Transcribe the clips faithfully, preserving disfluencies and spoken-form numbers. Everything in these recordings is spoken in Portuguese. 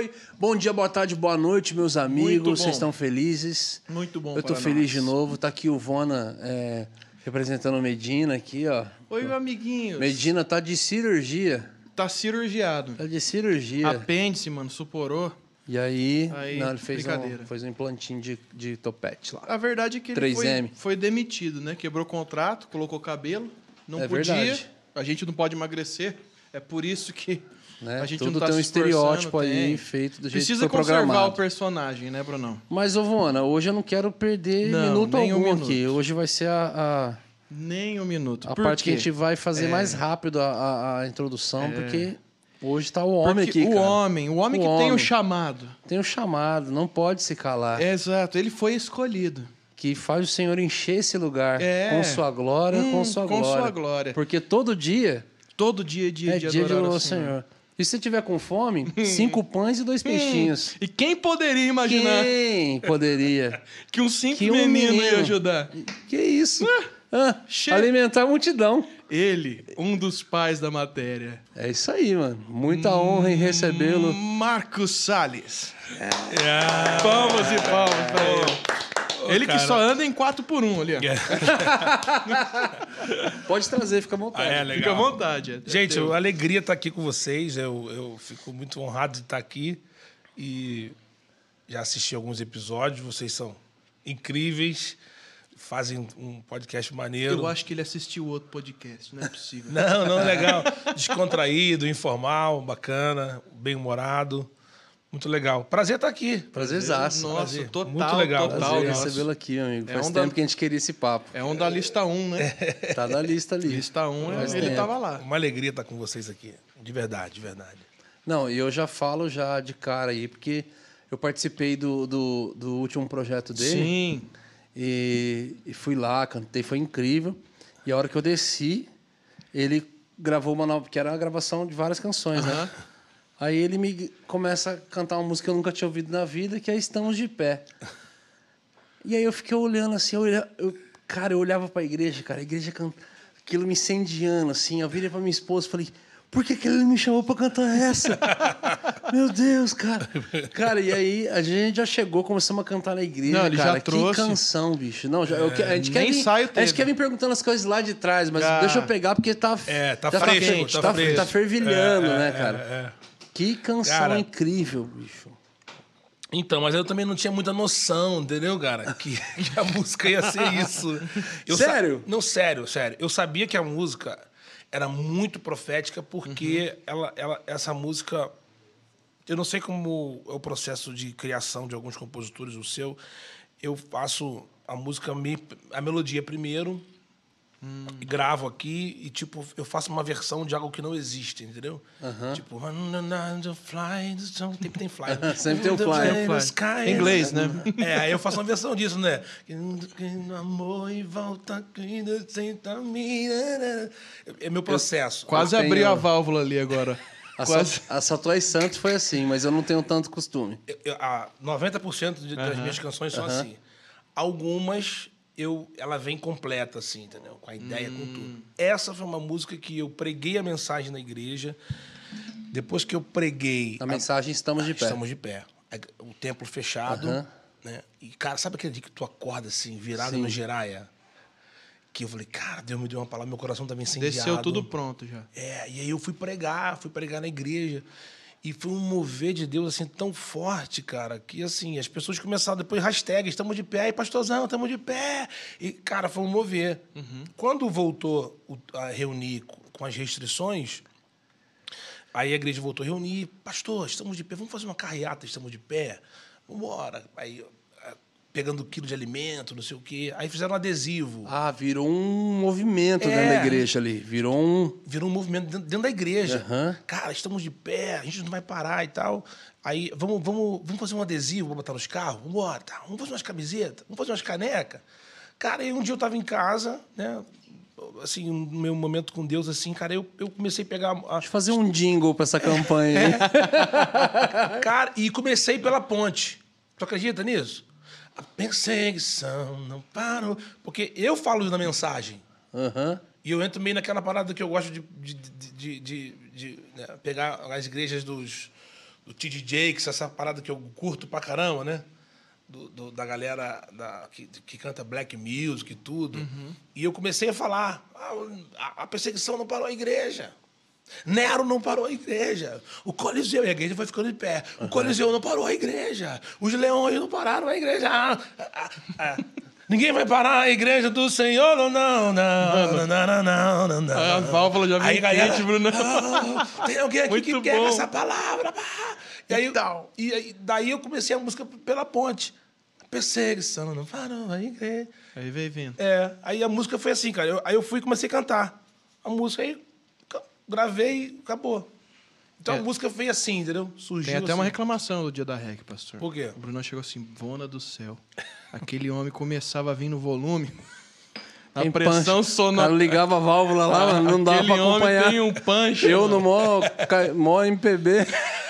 oi. Bom dia, boa tarde, boa noite, meus amigos. Vocês estão felizes? Muito bom. Eu tô feliz de novo. Tá aqui o Vona é, representando o Medina aqui, ó. Oi, meu amiguinhos. Medina tá de cirurgia. Tá cirurgiado. Tá de cirurgia. Apêndice, mano, suporou. E aí, aí não, ele fez brincadeira. um, fez um implantinho de, de topete lá. A verdade é que ele três M. foi, foi demitido, né? Quebrou o contrato, colocou cabelo, não É podia. verdade. A gente não pode emagrecer. É por isso que Né? a gente Tudo não tá tem um se estereótipo esforçando, aí tem. feito do jeito Precisa que foi conservar programado. o personagem, né, Brunão? Mas, ô Vona, hoje eu não quero perder Não, minuto nem um algum minuto. aqui. Hoje vai ser a, Nem um minuto. a, a Por parte quê? que a gente vai fazer É. mais rápido a, a, a introdução, É. porque hoje tá o homem Porque aqui, o cara. homem, o homem O que tem o homem. chamado. Tem o chamado, não pode se calar. É, exato, ele foi escolhido. Que faz o Senhor encher esse lugar É. com sua glória, Hum, com sua com glória. sua glória. Porque todo dia Todo dia é dia é de dia de adorar louvar o o Senhor. Senhor. E se você tiver com fome, cinco pães e dois peixinhos. E quem poderia imaginar Quem poderia? que um simples Que um menino, menino. ia ajudar? Que isso? Ah, che- alimentar a multidão. Ele, um dos pais da matéria. É isso aí, mano. Muita honra em recebê-lo. Marcos Salles. Palmas e palmas pra ele. Ele que cara. só anda em quatro por um ali, ó. Pode trazer, fica à Ah, vontade. é, legal. Fica à vontade. é Gente, teu. eu, alegria estar aqui com vocês. Eu, eu fico muito honrado de estar aqui. E já assisti alguns episódios. Vocês são incríveis. Fazem um podcast maneiro. Eu acho que ele assistiu outro podcast, não é possível. Não, não, legal. Descontraído, informal, bacana, bem-humorado. Muito legal. Prazer estar aqui. Prazerzaço. Nossa, Prazer. total, Muito legal. total. Prazer nossa. recebê-lo aqui, amigo. É Faz um tempo da- que a gente queria esse papo. É um da lista um, né? Tá na lista ali. Lista um, Faz ele tempo. tava lá. Uma alegria estar com vocês aqui. De verdade, de verdade. Não, e eu já falo já de cara aí, porque eu participei do, do, do último projeto dele. Sim. E, e fui lá, cantei, foi incrível. E a hora que eu desci, ele gravou uma nova, que era a gravação de várias canções, Aham. né? Aí ele me começa a cantar uma música que eu nunca tinha ouvido na vida, que é Estamos de Pé. E aí eu fiquei olhando assim, eu olhava, eu, cara, eu olhava para a igreja, cara, a igreja canta, aquilo me incendiando, assim. Eu virei para minha esposa e falei, por que, que ele me chamou para cantar essa? Meu Deus, cara. Cara, e aí a gente já chegou, começamos a cantar na igreja, Não, ele já cara. trouxe. Que canção, bicho. Não, já, eu, que- a gente quer nem vir, ensaio A gente teve. quer vir perguntando as coisas lá de trás, mas Ah. deixa eu pegar porque tá... É, tá já fresco, quente, tá tá, fresco. tá fervilhando, É, né, é, cara? é, é. Que canção Cara. incrível, bicho. Então, mas eu também não tinha muita noção, entendeu, cara? Que, que a música ia ser isso. Eu sa- Sério? Não, sério, sério. Eu sabia que a música era muito profética porque ela, ela, essa música... Eu não sei como é o processo de criação de alguns compositores, o seu. Eu faço a música, me- a melodia primeiro, e gravo aqui e, tipo, eu faço uma versão de algo que não existe, entendeu? Tipo... Sempre tem fly. né? Sempre tem um fly. Fly. Sky. Em inglês, né? É, aí eu faço uma versão disso, né? Amor e volta, senta me. É meu processo. Quase Eu abriu tenho- a válvula ali agora. A, Quase. Sa- a Satuais Santos foi assim, mas eu não tenho tanto costume. Eu- eu- a noventa por cento de- das minhas canções são assim. Algumas, eu, ela vem completa, assim, entendeu? Com a ideia, com tudo. Essa foi uma música que eu preguei a mensagem na igreja. Depois que eu preguei... A mensagem Estamos de Pé. Estamos de pé. O templo fechado, Aham. né? E, cara, sabe aquele dia que tu acorda, assim, virado Sim. no giraia? Que eu falei, cara, Deus me deu uma palavra, meu coração tava incendiado. Desceu tudo pronto já. É, e aí eu fui pregar, fui pregar na igreja. E foi um mover de Deus, assim, tão forte, cara, que, assim, as pessoas começaram depois, hashtag, estamos de pé, aí, pastorzão, estamos de pé. E, cara, foi um mover. Quando voltou o- a reunir com- com as restrições, aí a igreja voltou a reunir, pastor, estamos de pé, vamos fazer uma carreata, estamos de pé? Vamos embora. Aí, ah, pegando quilo de alimento, não sei o quê. Aí fizeram um adesivo. Ah, virou um movimento dentro É. da igreja ali. Virou um... Virou um movimento dentro, dentro da igreja. Aham. Cara, estamos de pé, a gente não vai parar e tal. Aí, vamos, vamos, vamos fazer um adesivo, vamos botar nos carros? Vamos embora, tá? Vamos fazer umas camisetas, vamos fazer umas canecas. Cara, aí um dia eu tava em casa, né? Assim, no meu momento com Deus, assim, cara, eu, eu comecei a pegar... A, Deixa eu fazer um jingle pra essa campanha aí. cara, e comecei pela ponte. Tu acredita nisso? A perseguição não parou. Porque eu falo na mensagem. Aham. E eu entro meio naquela parada que eu gosto de, de, de, de- de- de, né, pegar as igrejas dos, do T D Jakes, essa parada que eu curto pra caramba, né? Do, do, da galera da, que, que canta black music e tudo. Uhum. E eu comecei a falar, ah, a, a perseguição não parou a igreja. Nero não parou a igreja. O Coliseu, e a igreja foi ficando de pé. O uhum. Coliseu não parou a igreja. Os leões não pararam a igreja. Ah, ah, ah. Ninguém vai parar a igreja do Senhor, não, não, não, não, não, não, não, não. A válvula já vem quente, Bruno. Oh, tem alguém aqui Muito que bom. Quer essa palavra. E aí, então. e aí, daí eu comecei a música pela ponte. Perseguição, não parou a igreja. Aí veio vindo. É, aí a música foi assim, cara. Eu, aí eu fui e comecei a cantar. A música aí, gravei e acabou. Então é. a música veio assim, entendeu? Surgiu Tem até assim. uma reclamação do dia da R E C, pastor. Por quê? O Bruno chegou assim, Vona do céu. Aquele homem começava a vir no volume. A pressão sonora. Ela ligava a válvula lá, mas não dava pra acompanhar. Aquele homem tem um punch. Eu no mó, mó M P B.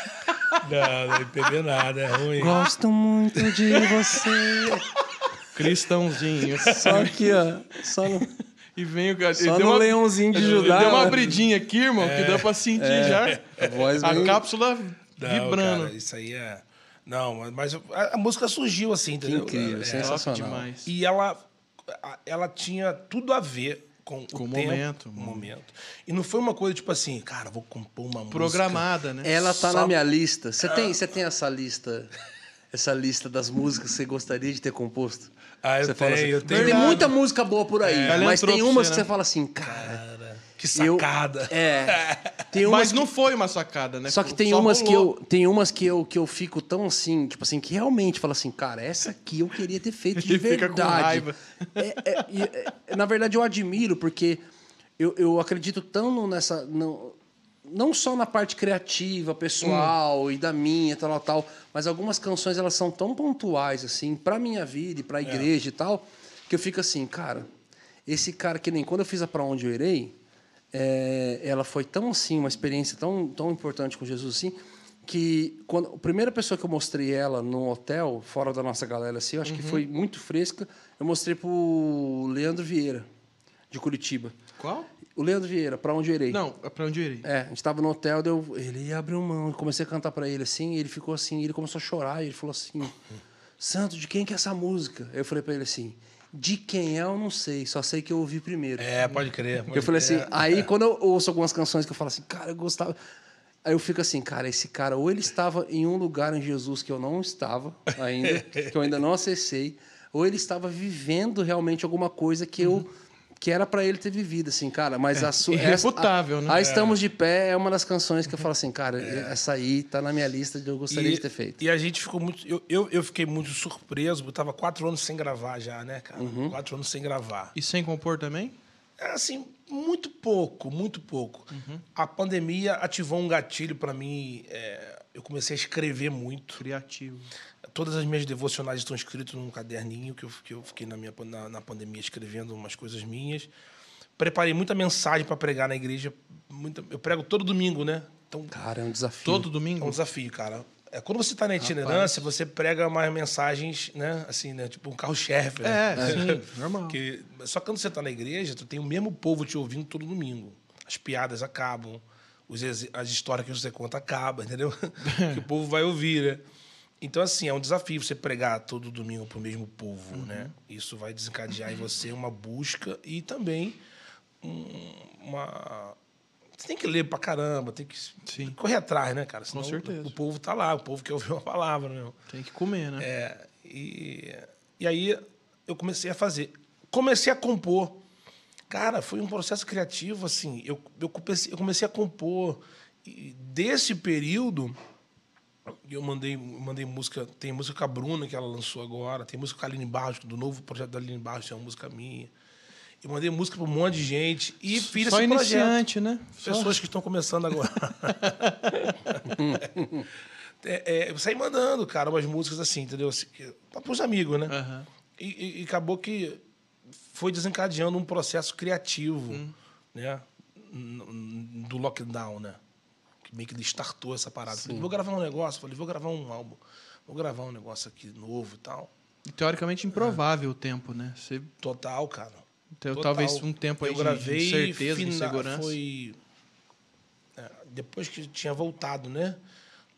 Não, não M P B nada, é ruim. Gosto muito de você. Cristãozinho. Só aqui, ó. Só no... E vem o cara. Só no uma... leãozinho de Judá. Deu uma abridinha aqui, irmão, é, que dá pra sentir é, já. A voz a bem... cápsula não, vibrando. Cara, isso aí é... Não, mas a, a música surgiu assim, entendeu? Que incrível, é, sensacional. Demais. E ela, ela tinha tudo a ver com, com o, o momento, tempo, momento. E não foi uma coisa tipo assim, cara, vou compor uma programada, música. né? Ela tá Só... na minha lista. Você tem, você tem essa lista, essa lista das músicas que você gostaria de ter composto? Ah, eu você tenho, assim, eu tenho. Tem muita música boa por aí, é, mas tem umas você, que né? você fala assim, cara, cara que sacada. Eu, é. Tem umas mas que, não foi uma sacada, né? Só que tem só umas rolou. que eu tem umas que eu que eu fico tão assim, tipo assim, que realmente falo assim, cara, essa aqui eu queria ter feito de verdade. Fica com raiva. É, é, é, na verdade eu admiro porque eu, eu acredito tão nessa não, não só na parte criativa, pessoal hum. e da minha, tal, tal, mas algumas canções elas são tão pontuais assim para minha vida e para a igreja é. e tal, que eu fico assim, cara, esse cara que nem quando eu fiz a Pra Onde Eu Irei, é, ela foi tão assim, uma experiência tão, tão importante com Jesus assim, que quando a primeira pessoa que eu mostrei ela no hotel, fora da nossa galera assim, eu acho uhum. que foi muito fresca, eu mostrei pro Leandro Vieira, de Curitiba. Qual? O Leandro Vieira, Pra Onde Eu Irei. Não, Pra Onde Eu Irei. É, a gente tava no hotel, deu, ele abriu mão, eu comecei a cantar para ele assim, e ele ficou assim, ele começou a chorar, e ele falou assim, Santo, de quem que é essa música? Eu falei para ele assim, de quem é eu não sei, só sei que eu ouvi primeiro. É, pode crer. Pode eu falei crer. assim, aí quando eu ouço algumas canções que eu falo assim, cara, eu gostava... Aí eu fico assim, cara, esse cara, ou ele estava em um lugar em Jesus que eu não estava ainda, que eu ainda não acessei, ou ele estava vivendo realmente alguma coisa que eu... que era para ele ter vivido, assim, cara. Mas é, a sua. Irrefutável, né? A Estamos de Pé é uma das canções que eu falo assim, cara, é. essa aí tá na minha lista de eu gostaria e, de ter feito. E a gente ficou muito. Eu, eu, eu fiquei muito surpreso, eu tava quatro anos sem gravar já, né, cara? Uhum. Quatro anos sem gravar. E sem compor também? É, assim, muito pouco, muito pouco. Uhum. A pandemia ativou um gatilho para mim. É, eu comecei a escrever muito. Criativo. Todas as minhas devocionais estão escritas num caderninho que eu, que eu fiquei na, minha, na, na pandemia escrevendo umas coisas minhas. Preparei muita mensagem para pregar na igreja. Muita, eu prego todo domingo, né? Então, cara, é um desafio. Todo domingo? É um desafio, cara. É, quando você está na itinerância, Rapaz. você prega umas mensagens, né? Assim, né? Tipo um carro-chefe. Né? É, sim, normal. Que, só que quando você está na igreja, tu tem o mesmo povo te ouvindo todo domingo. As piadas acabam, os, as histórias que você conta acabam, entendeu? Que o povo vai ouvir, né? Então, assim, é um desafio você pregar todo domingo para o mesmo povo, uhum. né? Isso vai desencadear em você uma busca e também um, uma... Você tem que ler pra caramba, tem que Sim. correr atrás, né, cara? Senão Com certeza. O povo tá lá, o povo quer ouvir uma palavra, né? Tem que comer, né? É, e, e aí eu comecei a fazer. Comecei a compor. Cara, foi um processo criativo, assim. Eu, eu, comecei, eu comecei a compor. E desse período... Eu mandei, mandei música, tem música com a Bruna, que ela lançou agora, tem música com a Aline Barros, do novo projeto da Aline Barros, é uma música minha. Eu mandei música para um monte de gente e fiz Só esse iniciante, projeto. né? Pessoas Só... que estão começando agora. é, é, eu saí mandando, cara, umas músicas assim, entendeu? Assim, para os amigos, né? Uhum. E, e acabou que foi desencadeando um processo criativo, hum. né? Do lockdown, né? Meio que ele startou essa parada. Falei, vou gravar um negócio. Falei, vou gravar um álbum. Vou gravar um negócio aqui novo e tal. E, teoricamente, improvável é. o tempo, né? Você... Total, cara. Então, Total. Talvez um tempo aí eu de, gravei de certeza, fina... de segurança. Foi... É, depois que tinha voltado, né?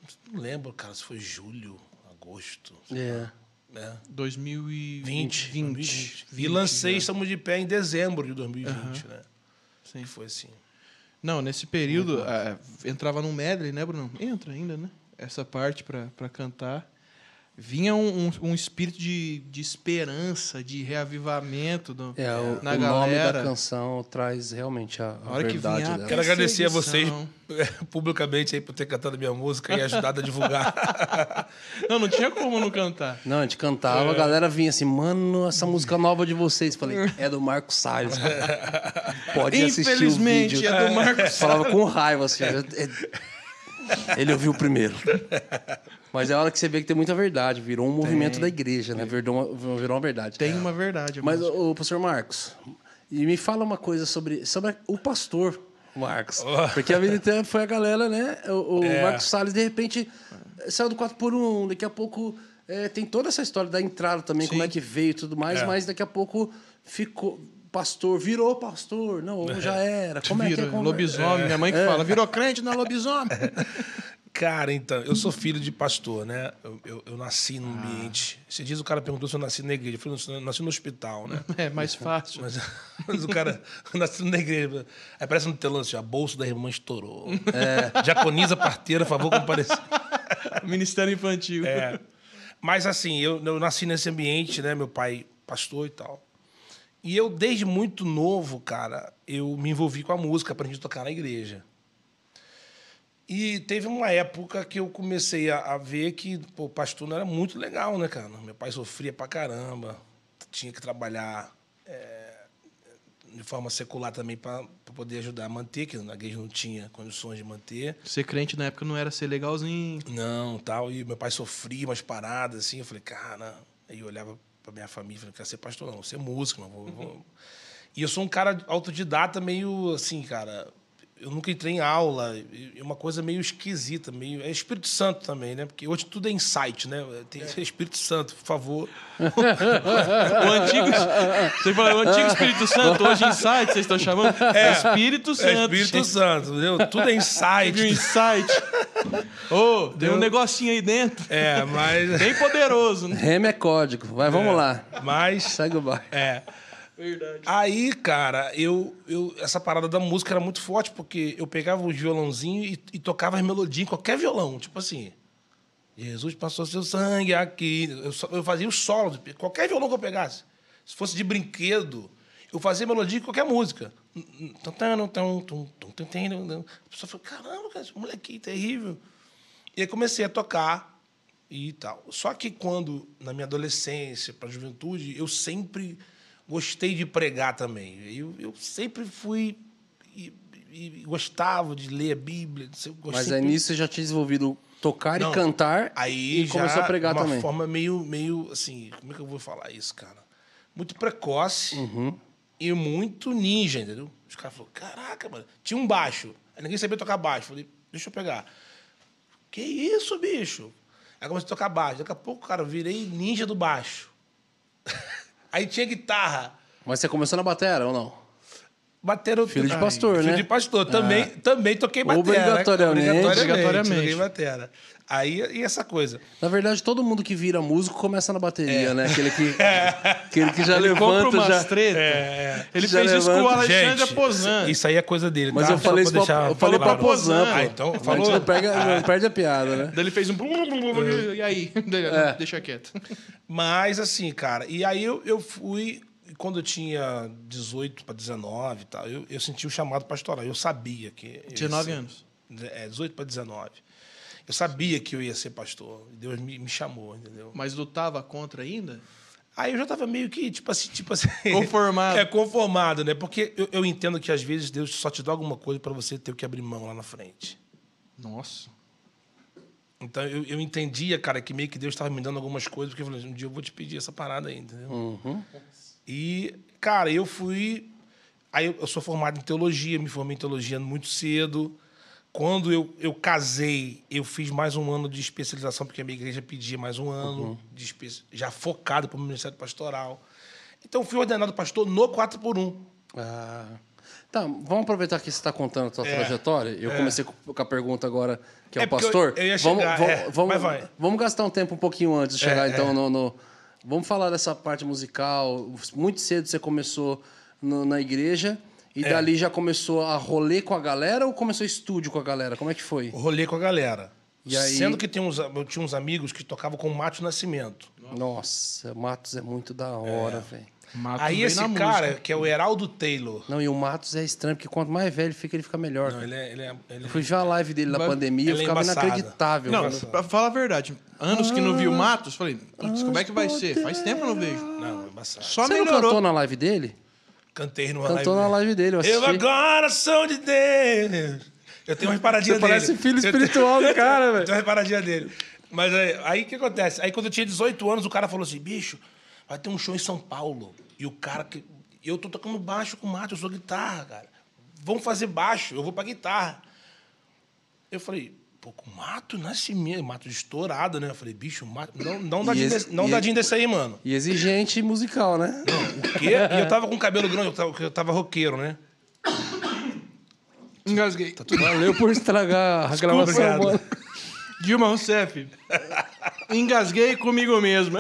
Não lembro, cara, se foi julho, agosto. É. É. dois mil e vinte. vinte. vinte. E lancei né? Estamos de Pé em dezembro de dois mil e vinte, Uhum. né? Sim. Que foi assim. Não, nesse período, ah, entrava num medley, né, Bruno? Entra ainda, né? Essa parte pra, pra cantar. Vinha um, um, um espírito de, de esperança, de reavivamento do, É, o, na o galera. nome da canção traz realmente a, a, A hora que verdade vinha a dela. Quero agradecer a vocês Perseguição. publicamente aí por ter cantado minha música e ajudado a divulgar. Não, não tinha como não cantar. Não, a gente cantava, a galera vinha assim, mano, essa música nova de vocês. Falei, é do Marco Salles. Pode assistir o Infelizmente, vídeo. é do Marco Salles. Falava com raiva, assim. é- Ele ouviu primeiro. Mas é a hora que você vê que tem muita verdade. Virou um movimento da igreja, né? Virou uma, virou uma verdade. Tem uma verdade. a Mas, música. ô, pastor Marcos, e me fala uma coisa sobre, sobre o pastor Marcos. Porque a vida inteira foi a galera, né? O, o É. Marcos Salles, de repente, saiu do quatro por um. Daqui a pouco é, tem toda essa história da entrada também, Sim. como é que veio e tudo mais. É. Mas daqui a pouco ficou pastor, virou pastor. Não, já era. Como é que é? Vira, Como... lobisomem. Minha mãe que fala, virou crente, não é lobisomem. Cara, então, eu sou filho de pastor, né? Eu, eu, eu nasci num ambiente. Esse dias o cara perguntou se eu nasci na igreja. Eu falei, eu nasci no hospital, né? É mais fácil. Mas, mas o cara nasceu na igreja. Aí aparece no telão assim, a bolsa da irmã estourou. É. Diaconisa parteira, favor, comparecer. Ministério Infantil. É. Mas assim, eu, eu nasci nesse ambiente, né? Meu pai pastor e tal. E eu, desde muito novo, cara, eu me envolvi com a música, aprendi a tocar na igreja. E teve uma época que eu comecei a, a ver que pô, o pastor não era muito legal, né, cara? Meu pai sofria pra caramba, tinha que trabalhar é, de forma secular também para poder ajudar a manter, que na igreja não tinha condições de manter. Ser crente na época não era ser legalzinho. Não, tal. E meu pai sofria umas paradas assim. Eu falei, cara. Aí eu olhava pra minha família e falei, não quero ser pastor, não, vou ser músico, não vou, vou... E eu sou um cara autodidata, meio assim, cara. Eu nunca entrei em aula, é uma coisa meio esquisita, meio... É Espírito Santo também, né? Porque hoje tudo é insight, né? Tem é. Espírito Santo, por favor. O antigo... Você fala, o antigo Espírito Santo, hoje insight, vocês estão chamando? É Espírito Santo. É Espírito Santo, entendeu? Tudo é insight. Viu insight? Ô, oh, tem um negocinho aí dentro. É, mas... Bem poderoso, né? Rema é código. Vai, vamos é, lá. Mas... Segue o bairro. É. Verdade. Aí, cara, eu, eu, essa parada da música era muito forte, porque eu pegava os violãozinhos e, e tocava as melodias em qualquer violão. Tipo assim, Jesus passou seu sangue aqui. Eu, eu fazia o solo, de qualquer violão que eu pegasse. Se fosse de brinquedo, eu fazia melodia em qualquer música. A pessoa falou, caramba, cara, esse molequinho terrível. E aí comecei a tocar e tal. Só que quando, na minha adolescência, para a juventude, eu sempre... gostei de pregar também. Eu, eu sempre fui e, e gostava de ler a Bíblia. Mas sempre... aí nisso você já tinha desenvolvido tocar Não, e cantar aí e já começou a pregar uma também. forma meio, meio assim, como é que eu vou falar isso, cara? Muito precoce Uhum. e muito ninja, entendeu? Os caras falaram, caraca, mano. Tinha um baixo. Aí ninguém sabia tocar baixo. Falei, deixa eu pegar. Que isso, bicho? Aí comecei a tocar baixo. Daqui a pouco, cara, eu virei ninja do baixo. Aí tinha guitarra. Mas você começou na batera ou não? Bateram... Filho de Ai, pastor, filho né? de pastor. Também, Ah. também toquei batera. Obrigatoriamente. Né? Obrigatoriamente. Toquei batera. Aí, e essa coisa. Na verdade, todo mundo que vira músico começa na bateria, né? Aquele que, aquele que já Ele compra levanta, umas já... treta. É, Ele Já fez isso com o levanta. Alexandre Gente, Aposan. isso aí é coisa dele, Mas tá? eu falei Só isso pra pra, deixar eu falei pra claro. Pozan, pô. Ah, então, A gente falou. não, pega, não perde a piada, né? Daí ele fez um... E aí? É. Deixa quieto. Mas assim, cara, e aí eu, eu fui... Quando eu tinha dezoito para dezenove e tal, eu, eu senti o chamado pastoral. Eu sabia que... dezenove anos. É, dezoito para dezenove. Eu sabia que eu ia ser pastor. Deus me, me chamou, entendeu? Mas lutava contra ainda? Aí eu já estava meio que, tipo assim... Tipo assim Conformado. É, conformado, né? Porque eu, eu entendo que, às vezes, Deus só te dá alguma coisa para você ter que abrir mão lá na frente. Nossa. Então, eu, eu entendia, cara, que meio que Deus estava me dando algumas coisas, porque eu falei, um dia eu vou te pedir essa parada aí, entendeu? Uhum. E, cara, eu fui... Aí eu, eu sou formado em teologia, me formei em teologia muito cedo. Quando eu, eu casei, eu fiz mais um ano de especialização, porque a minha igreja pedia mais um ano, Uhum. de espe... já focado para o ministério pastoral. Então, fui ordenado pastor no quatro por um. Ah, Tá, vamos aproveitar que você está contando a sua É, trajetória. Eu é. comecei com com a pergunta agora, que é, É o porque pastor. eu- eu ia vamos, chegar, vamos, é, vamos, mas vai. vamos gastar um tempo um pouquinho antes de chegar, É, então, é. no, no- Vamos falar dessa parte musical. Muito cedo você começou no- na igreja e É. dali já começou a rolê com a galera ou começou estúdio com a galera? Como é que foi? Rolê com a galera. E aí- Sendo que tem uns, eu tinha uns amigos que tocavam com o Márcio Nascimento. Nossa, Matos é muito da hora, velho. Mato Aí bem esse na cara, música. que é o Heraldo Taylor. Não, e o Matos é estranho, porque quanto mais velho fica, ele fica melhor. Não, ele é. Ele é, ele Eu fui ver a live dele na Vai- pandemia, eu ele é ficava embaçado. inacreditável. Não, mano. pra falar a verdade, anos que não vi o Matos, falei, putz, como é que vai ser? Faz tempo que eu não vejo. Não, é embaçado. Só Você não melhorou. cantou na live dele? Cantei numa Cantou na live. live dele, eu dele. Eu assisti. agora sou de Deus. Eu tenho umas paradinhas Você dele. parece filho Eu tenho- espiritual do cara, Eu velho. tenho umas paradinhas dele. Mas aí, aí o que acontece? Aí quando eu tinha dezoito anos, o cara falou assim, bicho, vai ter um show em São Paulo. E o cara que... Eu tô tocando baixo com o Mato, eu sou guitarra, cara. Vamos fazer baixo, eu vou pra guitarra. Eu falei, pô, com o Mato Nascimento, Mato estourado, né? Eu falei, bicho, Mato... Não, não dá E dinho esse- desse, não e dá esse- dinho desse aí, mano. E exigente musical, né? O quê? E eu tava com cabelo grande, eu tava, eu tava roqueiro, né? Engasguei. Valeu por estragar a gravação, obrigado. mano. Dilma Rousseff. Engasguei comigo mesma.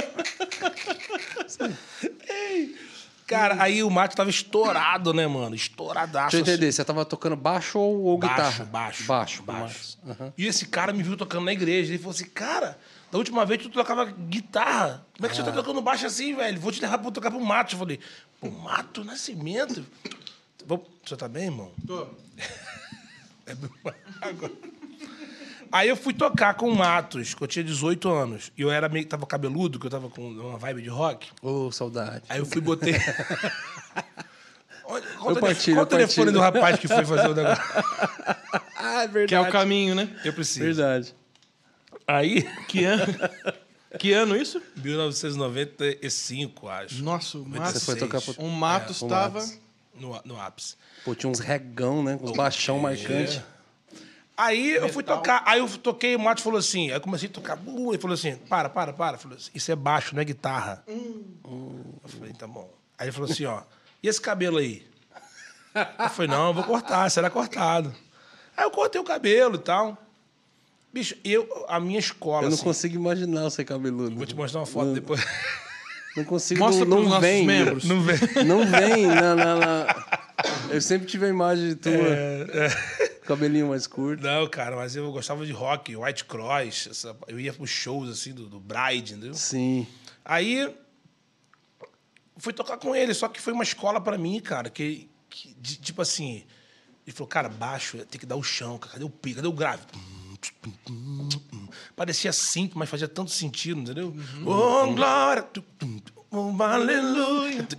Cara, aí o Mato tava estourado, né, mano? Estouradaço. Deixa eu assim. entender, você tava tocando baixo ou, ou Baixo, guitarra? baixo. Baixo, baixo. baixo. Aham. E esse cara me viu tocando na igreja. Ele falou assim, cara, da última vez tu tocava guitarra. Como é que você tá tocando baixo assim, velho? Vou te levar pra tocar pro Mato. Eu falei, pô, Mato Nascimento? Vou... Você tá bem, irmão? Tô. Bebe uma água. Aí eu fui tocar com o Matos, que eu tinha dezoito anos. E eu era meio que tava cabeludo, que eu tava com uma vibe de rock. Ô, saudade. Aí eu fui e botei. Olha, Qual Eu o telefone, partilho, qual eu o telefone partilho. do rapaz que foi fazer o negócio? Ah, é verdade. Que é o caminho, né? Eu preciso. Verdade. Aí, Que ano? Que ano isso? mil novecentos e noventa e cinco, acho. Nossa, o Você Matos. foi tocar pro... O Matos É, o tava... Matos. No, no ápice. Pô, tinha uns regão, né? Com os baixão marcante. Aí eu fui tocar, aí eu toquei, o Matos falou assim, aí eu comecei a tocar, uh, ele falou assim, para, para, para. Falou assim, isso é baixo, não é guitarra. Hum. Eu falei, tá bom. Aí ele falou assim, ó, e esse cabelo aí? Eu falei, não, eu vou cortar, será cortado. Aí eu cortei o cabelo e tal. Bicho, eu, a minha escola, Eu não assim, consigo imaginar você cabeludo. vou te mostrar uma foto depois. Não consigo, Mostra não, pros não nossos vem. membros. Não vem. Não vem na, na- na- Eu sempre tive a imagem de tua. É, Cabelinho mais curto. Não, cara, mas eu gostava de rock, White Cross, essa- eu ia pros shows, assim, do, do Bride, entendeu? Sim. Aí fui tocar com ele, só que foi uma escola pra mim, cara, que, que de- tipo assim, ele falou, cara, baixo, tem que dar o chão, cara, cadê o pico, cadê o grave? Parecia simples, mas fazia tanto sentido, entendeu? Oh, glória! Oh, aleluia!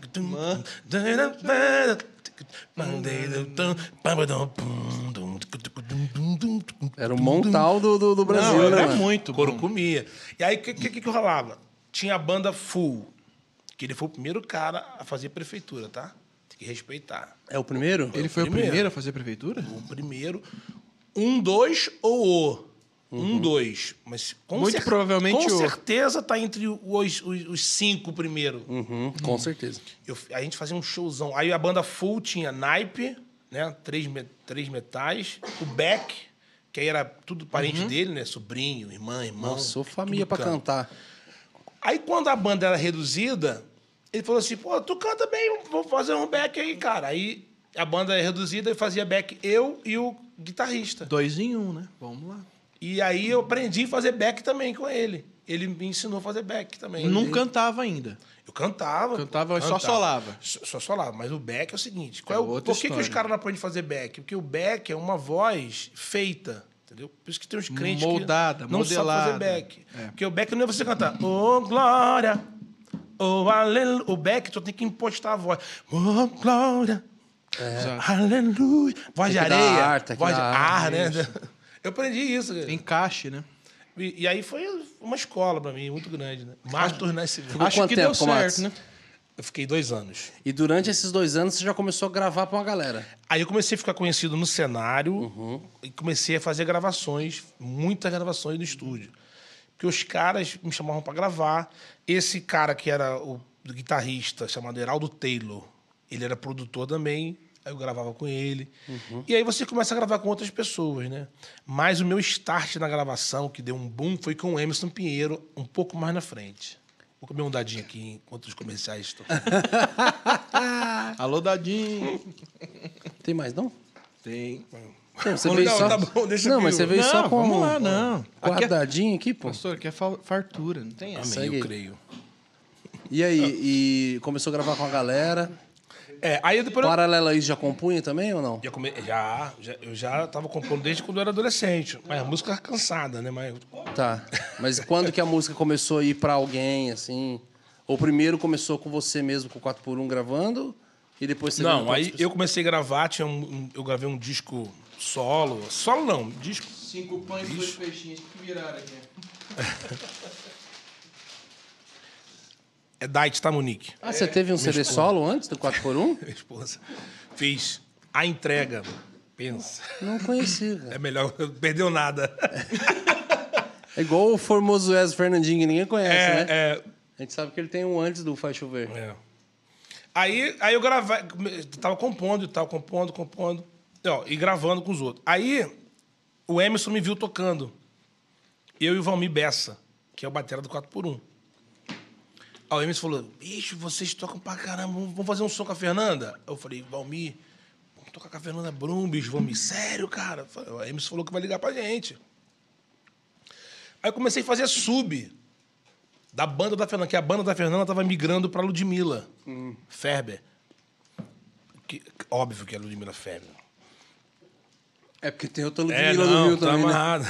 Era o montal do, do, do Brasil, Não, né, era mano? muito Couro bom. comia. E aí, o que, que, que rolava? Tinha a banda Full, que ele foi o primeiro cara a fazer prefeitura, tá? Tem que respeitar. É o primeiro? Ele foi o Primeiro. primeiro a fazer prefeitura? O primeiro. Um, dois ou o. Um, dois. Mas com Muito provavelmente Com o. certeza tá entre os, os, os cinco primeiro. Uhum, com certeza. Eu- a gente fazia um showzão. Aí a banda Full tinha naipe, né? Três, me- três metais. O Beck, que aí era tudo parente dele, né? Sobrinho, irmã, irmão. Nossa, sou tudo família pra canta. cantar. Aí quando a banda era reduzida, ele falou assim, pô, tu canta bem, vou fazer um back aí, cara. Aí a banda é reduzida e fazia back eu e o guitarrista. Dois em um, né? Vamos lá. E aí eu aprendi a fazer back também com ele. Ele me ensinou a fazer back também. Não Ele- cantava ainda. Eu cantava. Cantava, só solava. Só, só solava. Mas o back é o seguinte. Qual É é o, outra por que, que os história. caras não aprendem a fazer back? Porque o back é uma voz feita. Entendeu? Por isso que tem uns crentes Moldada, que não sabem modelada. fazer back. Porque o back não é você cantar, oh, glória, oh, aleluia. O back, tu tem que impostar a voz. Oh, glória, Exato. aleluia. Voz de Tem que dar areia. ar, tem que voz de dar ar, ar, né? Eu aprendi isso. cara. Encaixe, né? E, e aí foi uma escola pra mim, muito grande, né? Mastro Nascimento. Ficou Acho quanto que tempo deu com o Matos? certo, né? Eu fiquei dois anos. E durante esses dois anos você já começou a gravar pra uma galera. Aí eu comecei a ficar conhecido no cenário Uhum. e comecei a fazer gravações, muitas gravações no estúdio. Porque os caras me chamavam para gravar. Esse cara que era o guitarrista, chamado Heraldo Taylor, ele era produtor também. aí eu gravava com ele. Uhum. E aí você começa a gravar com outras pessoas, né? Mas o meu start na gravação, que deu um boom, foi com o Emerson Pinheiro, um pouco mais na frente. Vou comer um dadinho aqui enquanto os comerciais estão. Alô, Dadinho. Tem mais, não? Tem. Não, você veio não, só... tá bom, deixa Não, aqui, mas você eu- veio Não, só com vamos lá, não. com Aqui é- dadinho aqui, pô. Pastor, aqui é fa- fartura, não tem essa. Amém, Segue aí. eu creio. E aí, e começou a gravar com a galera. É, aí eu depois... eu- Paralelo a isso, já compunha também ou não? Já, come... já, já, eu já tava compondo desde quando eu era adolescente. Mas a música era cansada, né? Mas Tá. Mas quando que a música começou a ir pra alguém, assim? Ou primeiro começou com você mesmo, com quatro por um gravando, e depois você... veio não, com aí outras eu comecei a gravar, tinha um, um- eu gravei um disco solo. Solo não, disco. Cinco pães e dois peixinhos que viraram aqui. É Diet, tá, Monique? Ah, você teve um C D solo antes do quatro por um? Minha esposa. Fiz A Entrega. Pensa. Não conhecia, cara. É melhor, perdeu nada. É igual o Formoso Wes Fernandinho, que ninguém conhece, né? É, A gente sabe que ele tem um antes do Faz Chover. é, é. Aí, aí eu gravei, tava compondo e tal, compondo, compondo, ó, e gravando com os outros. Aí o Emerson me viu tocando. Eu e o Valmir Bessa, que é o batera do quatro por um. Aí o Emerson falou, bicho, vocês tocam pra caramba, vamos fazer um som com a Fernanda? Eu falei, Valmir, vamos tocar com a Fernanda Brum, bicho. Valmir, sério, cara? O Emerson falou que vai ligar pra gente. Aí eu comecei a fazer sub da banda da Fernanda, que a banda da Fernanda tava migrando pra Ludmilla Ferber. Que, óbvio que é Ludmilla Ferber. É porque tem outra É, Ludmilla não, do Rio tá também, né? amarrado.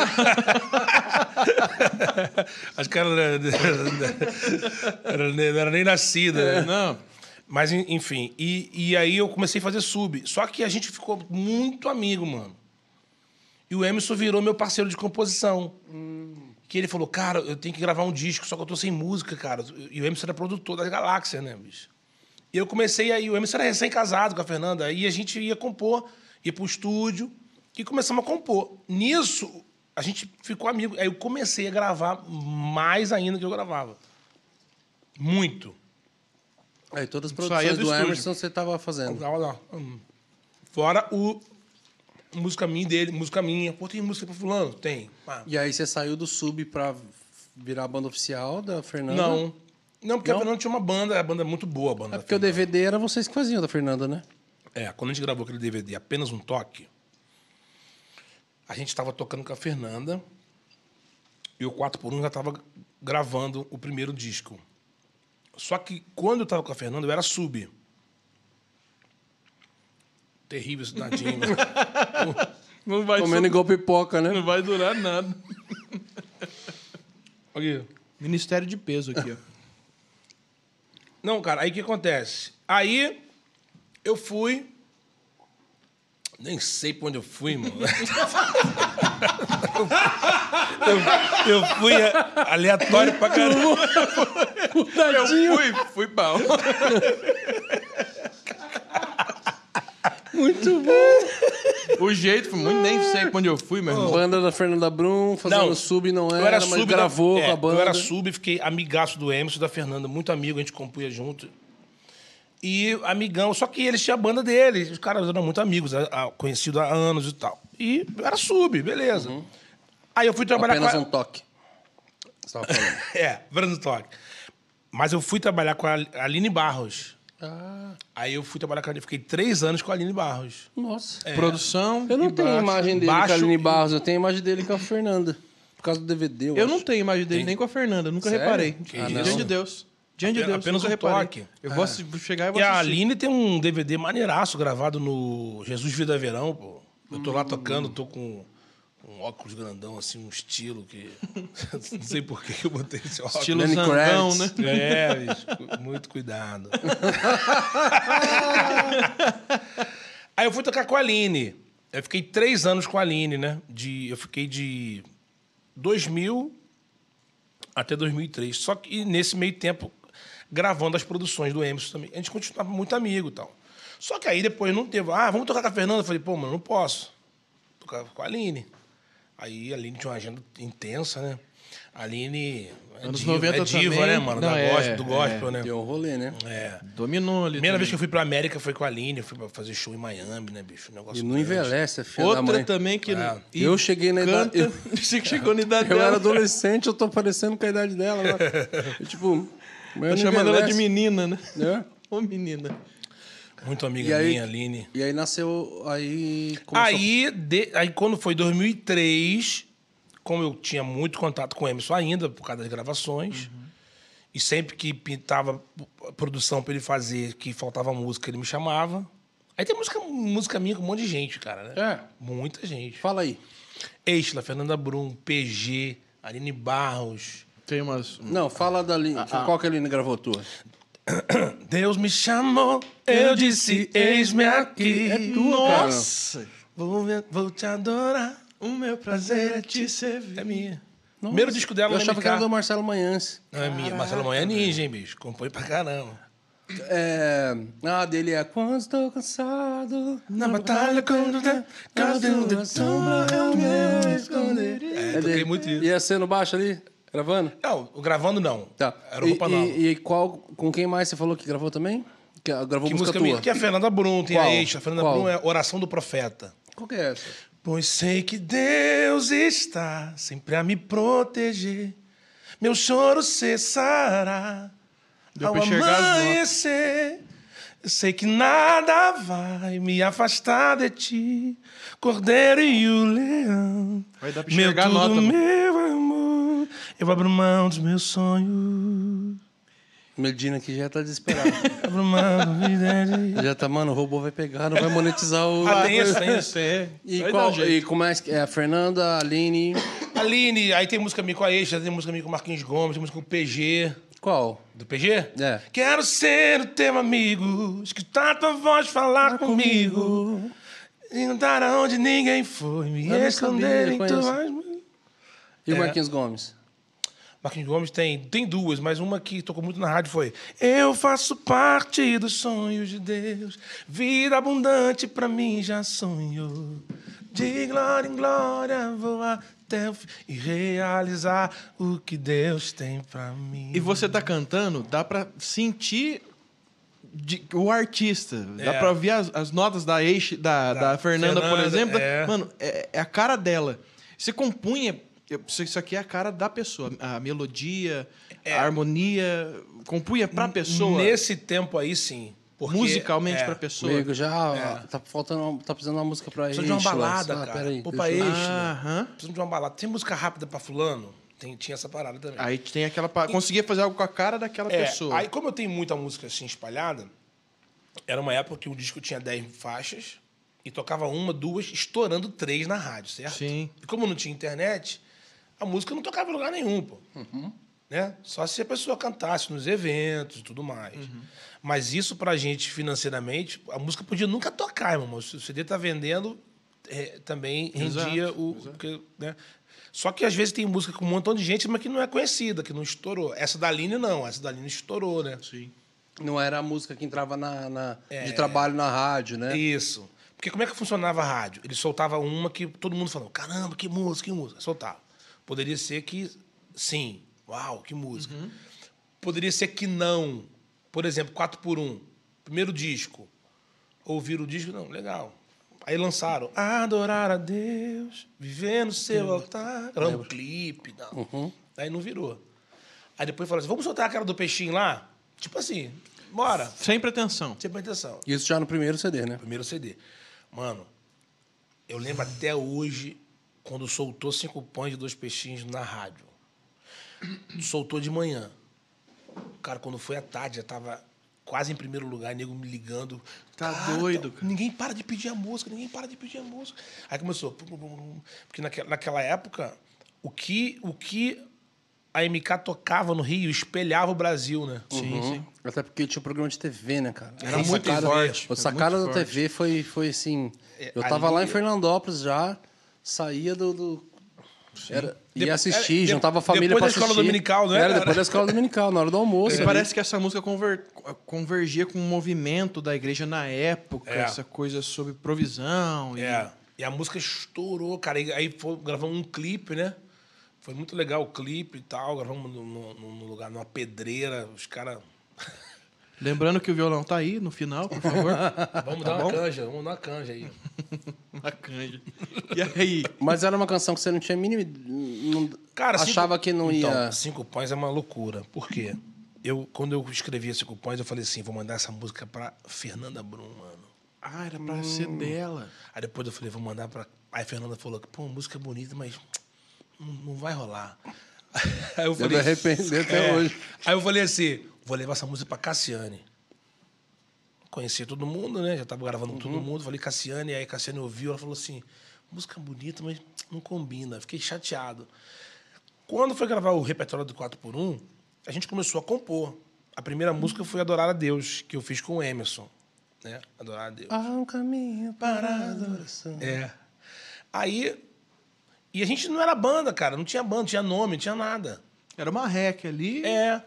Acho que ela não era, era- não era nem nascida, né? Não. Mas, en- enfim. E, e aí eu comecei a fazer sub. Só que a gente ficou muito amigo, mano. E o Emerson virou meu parceiro de composição. Que ele falou, cara, eu tenho que gravar um disco, só que eu tô sem música, cara. E o Emerson era produtor das Galáxias, né, bicho? E eu comecei aí, o Emerson era recém-casado com a Fernanda, aí a gente ia compor, ia pro estúdio e começamos a compor. Nisso, a gente ficou amigo. Aí eu comecei a gravar mais ainda do que eu gravava. Muito. Aí todas as Saía produções do do, estúdio. Emerson você tava fazendo. Tava lá. Hum. Fora o música minha dele, música minha. Pô, tem música pra fulano? Tem. Ah. E aí você saiu do sub pra virar a banda oficial da Fernanda? Não. Não, porque Não? a Fernanda tinha uma banda, a banda é muito boa, a banda. É da porque o Fernanda. D V D era vocês que faziam da Fernanda, né? É, quando a gente gravou aquele D V D, apenas um toque, a gente estava tocando com a Fernanda e o quatro por um já estava gravando o primeiro disco. Só que quando eu estava com a Fernanda, eu era sub. Terrível esse dadinho. né? Não vai, Comendo igual pipoca, né? não vai durar nada. Aqui. Ministério de peso aqui, ó. Não, cara, aí o que acontece? Aí eu fui. Nem sei pra onde eu fui, mano. eu, eu fui aleatório pra caramba. Eu fui, fui pau. Muito bom. O jeito foi muito, nem sei pra onde eu fui, meu irmão. Banda da Fernanda Brum, fazendo sub não era, eu era mas sub da- gravou é, com a banda. Eu era sub, fiquei amigaço do Emerson e da Fernanda, muito amigo, a gente compunha junto. E amigão, só que eles tinham a banda deles, os caras eram muito amigos, conhecidos há anos e tal. E eu era sub, beleza. Aí eu fui trabalhar Apenas com a... um toque. Você tava falando. É, Brando Toque. Mas eu fui trabalhar com a Aline Barros. Ah, Aí eu fui trabalhar com a Aline, fiquei três anos com a Aline Barros. nossa. Produção. Eu não e tenho baixo. imagem dele baixo com a Aline e- Barros, eu tenho imagem dele com a Fernanda. Por causa do D V D, eu, Eu acho. não tenho imagem dele nem com a Fernanda, nunca Sério? reparei. Que Diante isso? de Deus. Diante de Apenas- Deus, apenas nunca um reparei. toque. Eu vou, assi- vou chegar e vou E a assistir. Aline tem um D V D maneiraço gravado no Jesus Vida Verão, pô. Eu tô lá Hum. tocando, tô com um óculos grandão, assim, um estilo que... Não sei por que que eu botei esse óculos. Estilo Lenny Zangão, né? Kravitz. É, bicho, muito cuidado. Aí eu fui tocar com a Aline. Eu fiquei três anos com a Aline, né? De, eu fiquei de dois mil até dois mil e três. Só que nesse meio tempo, gravando as produções do Emerson também. A gente continuava muito amigo e tal. Só que aí depois não teve... Ah, vamos tocar com a Fernanda? Eu falei, pô, mano, não posso. Tocar com a Aline. Aí a Aline tinha uma agenda intensa, né? Aline... É Anos diva, noventa é diva, também. né, mano? Não, da é, gospel, do gospel, é. né? Deu um rolê, né? É. Dominou ali. Primeira vez também. que eu fui pra América foi com a Aline, eu fui pra fazer show em Miami, né, bicho? Um negócio E não grande. envelhece, a filha da Outra mãe. também que... É. e Eu cheguei na canta, idade... Você que chegou na idade Eu dela. era adolescente, eu tô parecendo com a idade dela. Agora. Eu, tipo... mas Tô não chamando ela de envelhece, menina, né? né? Ô, menina. Muito amiga E aí- minha, Aline. E aí nasceu... Aí... Começou... Aí, de- aí, quando foi dois mil e três, como eu tinha muito contato com o Emerson ainda, por causa das gravações, e sempre que pintava produção pra ele fazer, que faltava música, ele me chamava. Aí tem música, música minha com um monte de gente, cara, né? É. Muita gente. Fala aí. Estela, Fernanda Brum, P G, Aline Barros. Tem umas... Não, fala da Aline. Qual que a Aline gravou tua? Deus me chamou, eu disse, eis-me aqui. É tua, cara. Nossa! Vou, ver- vou te adorar. O meu prazer é te servir. É minha. Primeiro disco dela Eu no achava M que era K. do Marcelo Manhãs. Não é minha. Marcelo Manhã é ninja, hein, bicho? Compõe pra caramba. É... Ah, dele é... Quando estou cansado... Na batalha quando der, Cadê a sombra eu me esconder. É, toquei dele. muito isso. Ia ser no baixo ali, gravando? Não, o gravando não. Tá. Era o Roupa e, Nova. E, e qual, com quem mais você falou que gravou também? Que gravou Que música, música tua? minha? Que é a Fernanda Brum, tem Qual? a Eixa. A Fernanda Qual? Brum é Oração do Profeta. Qual que é essa? Pois sei que Deus está sempre a me proteger. Meu choro cessará Deu ao pra enxergar as notas. amanhecer. Eu sei que nada vai me afastar de ti, Cordeiro e o leão. Vai dar pra Meu enxergar a tudo, nota, mano. meu amor, eu abro mão dos meus sonhos. Medina aqui já tá desesperado. Abro mão da vida. Já tá, mano, o robô vai pegar, não vai monetizar o... Ah, tem isso, tem isso. É. E, Vai qual, dar jeito. e como é que é? A Fernanda, a Aline... Aline, aí tem música minha com a Eixa, tem música minha com o Marquinhos Gomes, tem música com o P G. Qual? Do P G? É. Quero ser o teu amigo, escutar tua voz falar comigo. E não dar onde ninguém foi, me Eu não esconder sabia, em conheço. tuas... E o É. Marquinhos Gomes? Marquinhos Gomes tem, tem duas, mas uma que tocou muito na rádio foi Eu faço parte dos sonhos de Deus, vida abundante pra mim já sonhou. De glória em glória vou até o fim e realizar o que Deus tem pra mim. E você tá cantando, dá pra sentir de- o artista. Dá É. pra ouvir as, as notas da, Eixe, da, Da da Fernanda, por Fernanda, exemplo. é. Mano, é, é a cara dela. Você compunha... eu- Isso isso aqui é a cara da pessoa. A melodia, a harmonia... Compunha pra pessoa. Nesse tempo aí, sim. Porque, musicalmente é, pra pessoa. Amigo, já É. tá faltando, tá precisando de uma música pra Precisa de uma Eixa, balada, ah, cara. peraí, Pô, deixa pra eu- Eixa. Aham. Precisamos de uma balada. Tem música rápida pra fulano? Tem, tinha essa parada também. Aí tem aquela... pa- Conseguia fazer algo com a cara daquela É, pessoa. aí como eu tenho muita música assim espalhada, era uma época que o disco tinha dez faixas e tocava uma, duas, estourando três na rádio, certo? Sim. E como não tinha internet, a música não tocava em lugar nenhum, pô. Né? Só se a pessoa cantasse nos eventos e tudo mais. Mas isso pra gente, financeiramente, a música podia nunca tocar, irmão. Se o C D tá vendendo, é, também rendia Exato, o... Porque, né? Só que às vezes tem música com um montão de gente, mas que não é conhecida, que não estourou. Essa da Aline não, essa da Aline estourou, né? Sim. Não era a música que entrava na, na- É. de trabalho na rádio, né? Isso. Porque como é que funcionava a rádio? Ele soltava uma que todo mundo falou, caramba, que música, que música. Soltava. Poderia ser que sim. Uau, que música. Poderia ser que não. Por exemplo, quatro por um. Primeiro disco. Ouvir o disco, não, legal. Aí lançaram Adorar a Deus, viver no seu altar. Era um clipe, não. Aí não virou. Aí depois falaram assim, vamos soltar aquela do peixinho lá? Tipo assim, bora. Sem pretensão. Sem pretensão. Isso já no primeiro C D, né? Primeiro C D. Mano, eu lembro até hoje, quando soltou Cinco Pães de Dois Peixinhos na rádio. Soltou de manhã. Cara, quando foi à tarde, já tava quase em primeiro lugar, nego me ligando. Tá Cara, doido, tá- cara. Ninguém para de pedir a música, ninguém para de pedir a música. Aí começou. pum, pum, pum, pum. Porque naquela, naquela época, o que, o que a M K tocava no Rio espelhava o Brasil, né? Sim, sim. Até porque tinha um programa de T V, né, cara? Era A muito sacada- forte, A era sacada muito da forte. T V foi, foi assim... É, Eu tava ali- lá em Fernandópolis já, saía do... do era, ia Depo- assistir, era- juntava a família depois pra da escola assistir. dominical, não era? era? Depois da escola dominical, na hora do almoço. E ali. parece que essa música conver- convergia com o movimento da igreja na época, É. essa coisa sobre provisão. e- É. E a música estourou, cara. E aí foi, gravamos um clipe, né? Foi muito legal o clipe e tal. Gravamos no, no, no lugar, numa pedreira. Os caras... Lembrando que o violão tá aí no final, por favor. Vamos Tá dar uma bom? canja, vamos dar uma canja aí. Uma canja. E aí? Mas era uma canção que você não tinha mínimo... Não, Cara, achava cinco... que não ia... Então, Cinco Pães é uma loucura. Por quê? Eu, quando eu escrevi Cinco Pães, eu falei assim, vou mandar essa música pra Fernanda Brum, mano. Ah, era pra ser dela. Aí depois eu falei, vou mandar pra... Aí a Fernanda falou que, pô, a música é bonita, mas não, não vai rolar. Aí eu Deve falei... arrepender até É. hoje. Aí eu falei assim, vou levar essa música pra Cassiane. Conhecia todo mundo, né? Já tava gravando com todo mundo. Falei, Cassiane, aí a Cassiane ouviu, ela falou assim, música bonita, mas não combina. Fiquei chateado. Quando foi gravar o repertório do quatro por um, a gente começou a compor. A primeira música foi Adorar a Deus, que eu fiz com o Emerson. Né? Adorar a Deus. Há um caminho para a adoração. É. Aí... E a gente não era banda, cara. Não tinha banda, não tinha nome, não tinha nada. Era uma rec ali. É.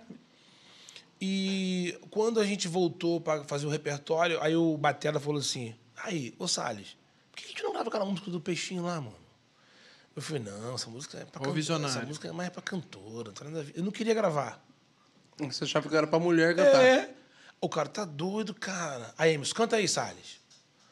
E quando a gente voltou para fazer o repertório, aí o Batera falou assim, aí, ô Salles, por que a gente não grava aquela música do Peixinho lá, mano? Eu falei, não, essa música é pra Ô, cantora. visionário. Essa música é mais pra cantora. Não tem nada a ver. Eu não queria gravar. Você achava que era pra mulher cantar. É. O cara tá doido, cara. Aí, Emerson, canta aí, Salles.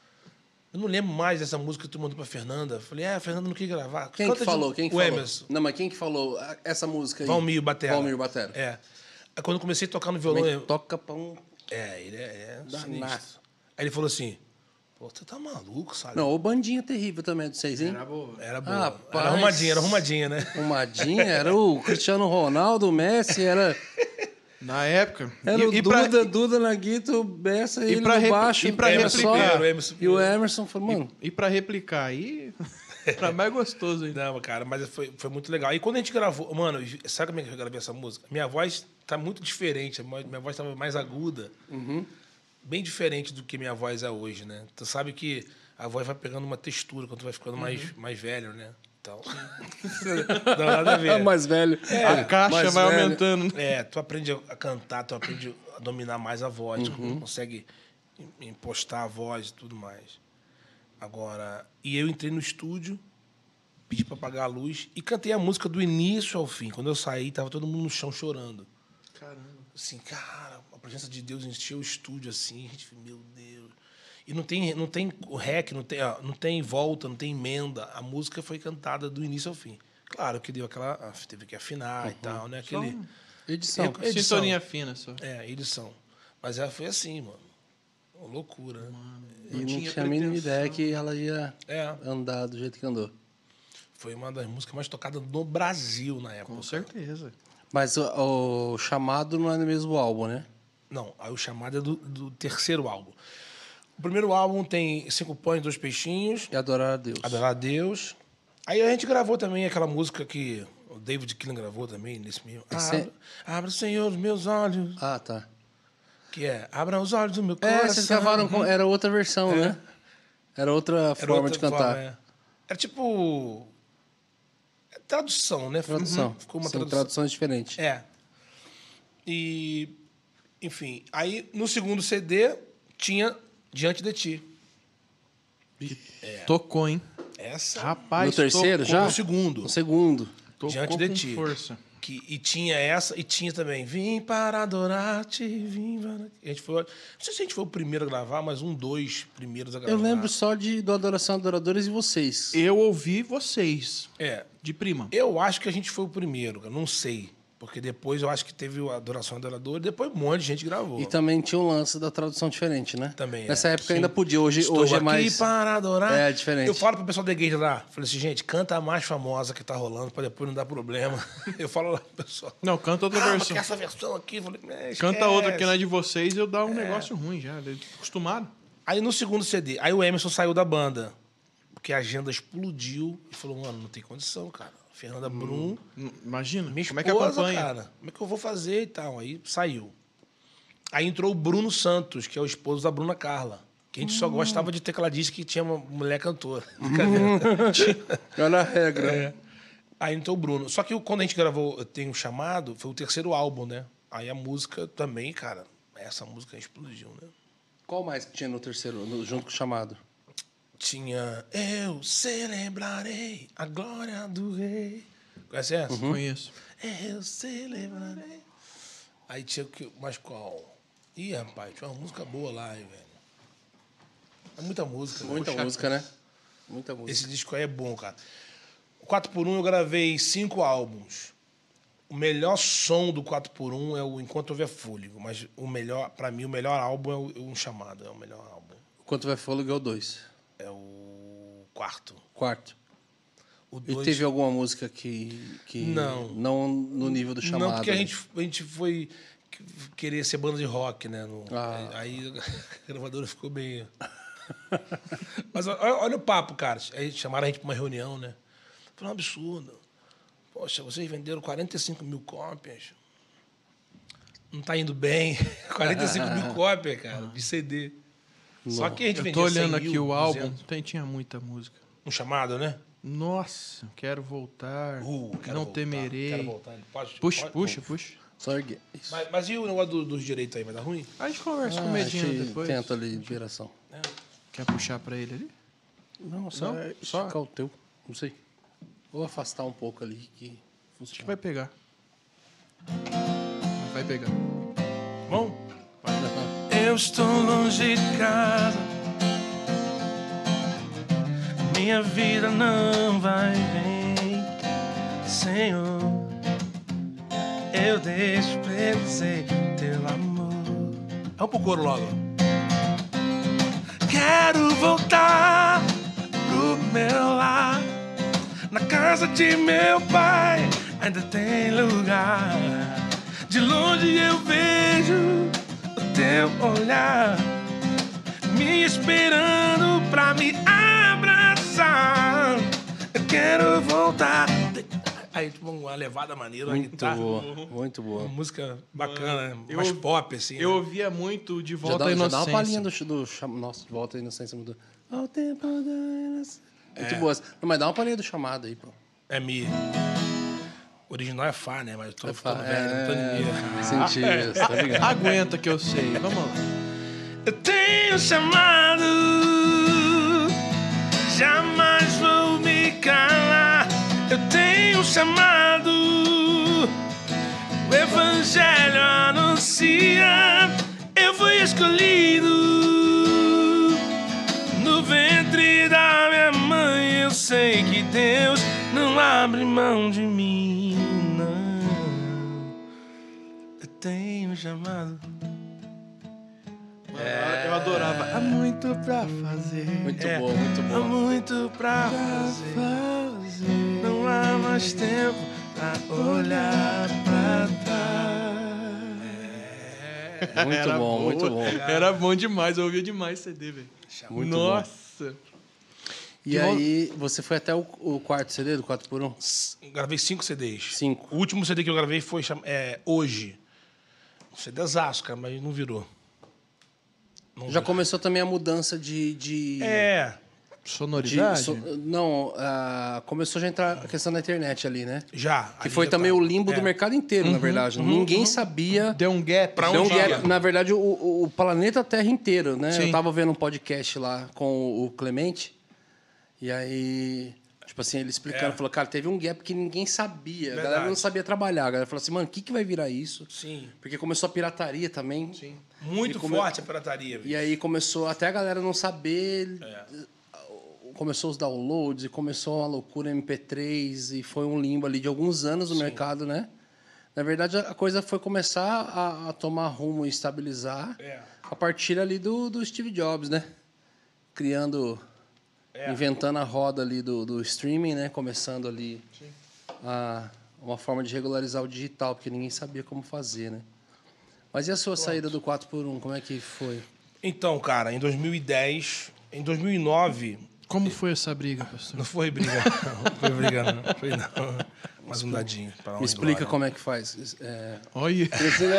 Eu não lembro mais dessa música que tu mandou pra Fernanda. Eu falei, é, a Fernanda não queria gravar. Quem Canta que de- falou? Quem que o falou? Emerson. Não, mas quem que falou essa música aí? Valmir Batera. Valmir Batera. É. Aí quando eu comecei a tocar no violão... Também eu- toca pra um... É, ele é, é Danado. sinistro. Aí ele falou assim, pô, você tá maluco, sabe? Não, o bandinha terrível também é de vocês, hein? Era boa. Era boa. Rapaz. Era arrumadinha, era arrumadinha, né? O Madinha era o Cristiano Ronaldo, o Messi, era, Na época. era e, o e Duda, pra, Duda na guita, o Bessa e ele pra no repli- baixo. e pra Emerson replicar. só- o Emerson E o Emerson falou, mano, e pra replicar aí, era mais gostoso ainda. Não, cara, mas foi, foi muito legal. E quando a gente gravou... Mano, sabe como é que eu gravei essa música? Minha voz tá muito diferente. Minha voz tava mais aguda. Bem diferente do que minha voz é hoje, né? Tu sabe que a voz vai pegando uma textura quando tu vai ficando mais, mais velho, né? Então... não, nada a ver. mais velho. A caixa mais vai velho. aumentando. É, tu aprende a cantar, tu aprende a dominar mais a voz, tu consegue im- impostar a voz e tudo mais. Agora, e eu entrei no estúdio, pedi pra apagar a luz e cantei a música do início ao fim. Quando eu saí, tava todo mundo no chão chorando. Caramba. Assim, cara, a presença de Deus encheu o estúdio assim, a gente, meu Deus. E não tem, não tem o rec, não tem, ó, não tem volta, não tem emenda. A música foi cantada do início ao fim. Claro que deu aquela, teve que afinar e tal, né? Aquele, Edição. É, edição. Sintonia fina só. é, edição. Mas ela foi assim, mano. Uma loucura, né? E não tinha tinha a mínima pretensão. ideia que ela ia É, andar do jeito que andou. foi uma das músicas mais tocadas no Brasil na época. Com certeza. Mas o, o Chamado não é no mesmo álbum, né? Não, aí o chamado é do, do terceiro álbum. O primeiro álbum tem Cinco Pães, Dois Peixinhos, E Adorar a Deus. Adorar a Deus. Aí a gente gravou também aquela música que o David Killen gravou também, nesse meio. Esse é- Abra, abra, Senhor, os meus olhos. Ah, tá. Que é, abra os olhos do meu É, coração. vocês gravaram com... Era outra versão, né? Era outra Era forma outra de cantar. forma, é. Era tipo... é tradução, né? Tradução. Uhum, ficou uma Sim, tradução. traduções diferentes. É. E, enfim, aí no segundo C D tinha Diante de Ti. Tocou, hein? Essa. Rapaz, No terceiro tocou, já? No segundo. No segundo. Tocou Diante de com Ti. força. Que, e tinha essa, e tinha também Vim para adorar-te, vim para... A gente foi, não sei se a gente foi o primeiro a gravar, mas um, dois primeiros a gravar. Eu lembro só de, do Adoração Adoradores e vocês. Eu ouvi vocês, É, de prima. eu acho que a gente foi o primeiro, cara, não sei. Porque depois eu acho que teve o Adoração Adorador, depois um monte de gente gravou. E também tinha um lance da tradução diferente, né? Também é. Nessa época Sim. ainda podia, hoje, Estou hoje é aqui mais... para adorar. É, diferente. Eu falo pro pessoal da igreja lá, falei assim, gente, canta a mais famosa que tá rolando, pra depois não dar problema. Eu falo lá pro pessoal. Não, canta outra Ah, mas versão. que essa versão aqui, eu falei, é, Canta esquece. outra que não é de vocês, eu dá um negócio ruim já. Acostumado. Aí no segundo C D, aí o Emerson saiu da banda, porque a agenda explodiu e falou, mano, não tem condição, cara. Fernanda Brum, Hum, Imagina, minha como é que esposa, acompanha? cara, como é que eu vou fazer e tal? Aí saiu. Aí entrou o Bruno Santos, que é o esposo da Bruna Carla, que a gente só gostava de tecladista que tinha uma mulher cantora. Brincadeira. Olha a regra. É. Aí entrou o Bruno. Só que o- quando a gente gravou Tem um Chamado, foi o terceiro álbum, né? Aí a música também, cara, essa música explodiu, né? Qual mais que tinha no terceiro, no- junto com o Chamado? Tinha Eu celebrarei a glória do rei Conhece essa? Uhum. Conheço. Eu sei lembrar. Aí tinha que. Mas qual? Ih, rapaz, tinha uma música boa lá, hein, velho. É muita música, né? Muita música, né? Muita música. Esse disco aí é bom, cara. quatro por um eu gravei cinco álbuns. O melhor som do quatro por um é o Enquanto Houver Fôlego, mas o melhor, pra mim, o melhor álbum é o, é um chamado, é o melhor álbum. Quanto vai fôlego é o dois. É o quarto. Quarto. O E dois... teve alguma música que, que Não. não no nível do chamado? Não, porque a né? gente, a gente foi querer ser banda de rock, né? No, Ah. Aí a gravadora ficou meio... Mas olha, olha o papo, cara. Aí chamaram a gente pra uma reunião, né? Foi um absurdo. Poxa, vocês venderam quarenta e cinco mil cópias. Não tá indo bem. quarenta e cinco mil cópias, cara, de C D. Só que a gente Eu vendia tô olhando cem mil, aqui o álbum, duzentos. tem, tinha muita música. Um chamado, né? Nossa, quero voltar, Uh, quero não voltar, temerei. Quero voltar. Pode, Puxa, pode- puxa, puxa. Só erguer. Isso. Mas, mas e o negócio do- dos direitos aí? Vai dar ruim? A gente conversa com o Ah, Medina achei- depois. Tenta ali, liberação. Quer puxar pra ele ali? Não, só, Não, é só- esticar o teu. Não sei. Vou afastar um pouco ali que Acho que funciona. vai pegar. Vai pegar. Bom? Eu estou longe de casa. Minha vida não vai bem, Senhor. Eu deixo pra dizer teu amor. Vamos pro coro logo. Quero voltar pro meu lar. Na casa de meu pai ainda tem lugar. De longe eu vejo o teu olhar, me esperando pra me abraçar. Eu quero voltar. Aí, tipo, uma levada maneira, uma Muito guitarra. boa, muito Uma boa. música bacana, né? Eu mais ouvi- pop, assim. Eu né? ouvia muito De Já Volta dá, à já Inocência. dá uma palhinha do, do cham- Nossa, de volta à inocência. Muito, ao tempo da inocência. Muito boa. Não, mas dá uma palhinha do chamado aí, pô. É Mi. O original é Fá, né? Mas eu tô É ficando Fá, velho, não tô é, em Mi. Senti isso, tá ligado? Aguenta que eu sei. Vamos lá. Eu tenho chamado, jamais vou me calar. Eu tenho chamado, o Evangelho anuncia. Eu fui escolhido no ventre da minha mãe. Eu sei que Deus não abre mão de mim, não. Eu tenho chamado. Eu adorava. Há muito pra fazer. Muito É. boa, muito Há boa. muito pra fazer, não há mais tempo pra olhar pra trás. Muito Era bom, boa. muito bom. Era bom demais, eu ouvia demais C D, velho. Muito Nossa. E De aí, você foi até o, o quarto C D do quatro por um? Gravei cinco C Ds. Cinco. O último C D que eu gravei foi cham- é, Hoje. Um CDzaço, cara, mas não virou. Não Já virou. começou também a mudança de... de É, de- Sonoridade? so- não, ah, começou já a entrar a questão da internet ali, né? já. Que ali foi já também tá. o limbo do É. mercado inteiro, na verdade. Ninguém sabia... Deu um gap. Pra Deu um onde gap, ia? na verdade, o, o- o planeta Terra inteiro, né? Sim. Eu tava vendo um podcast lá com o Clemente, e aí, tipo assim, ele explicando, É. falou, cara, teve um gap que ninguém sabia. A galera Verdade. não sabia trabalhar. A galera falou assim, mano, o que, que vai virar isso? Sim, Porque começou a pirataria também. sim. Muito E come- forte a pirataria. E aí começou até a galera não saber. É. Começou os downloads e começou uma loucura M P três e foi um limbo ali de alguns anos no mercado, né? Na verdade, a coisa foi começar a, a tomar rumo e estabilizar É. a partir ali do, do Steve Jobs, né? Criando, É. inventando a roda ali do, do streaming, né? Começando ali a, uma forma de regularizar o digital, porque ninguém sabia como fazer, né? Mas e a sua saída do quatro por um, como é que foi? Então, cara, em dois mil e dez, em dois mil e nove, Como foi essa briga, pastor? não foi briga, não. Não foi briga, não. Foi não. Mais um dadinho. pra não Me ir explica embora. como é que faz. É, Olha.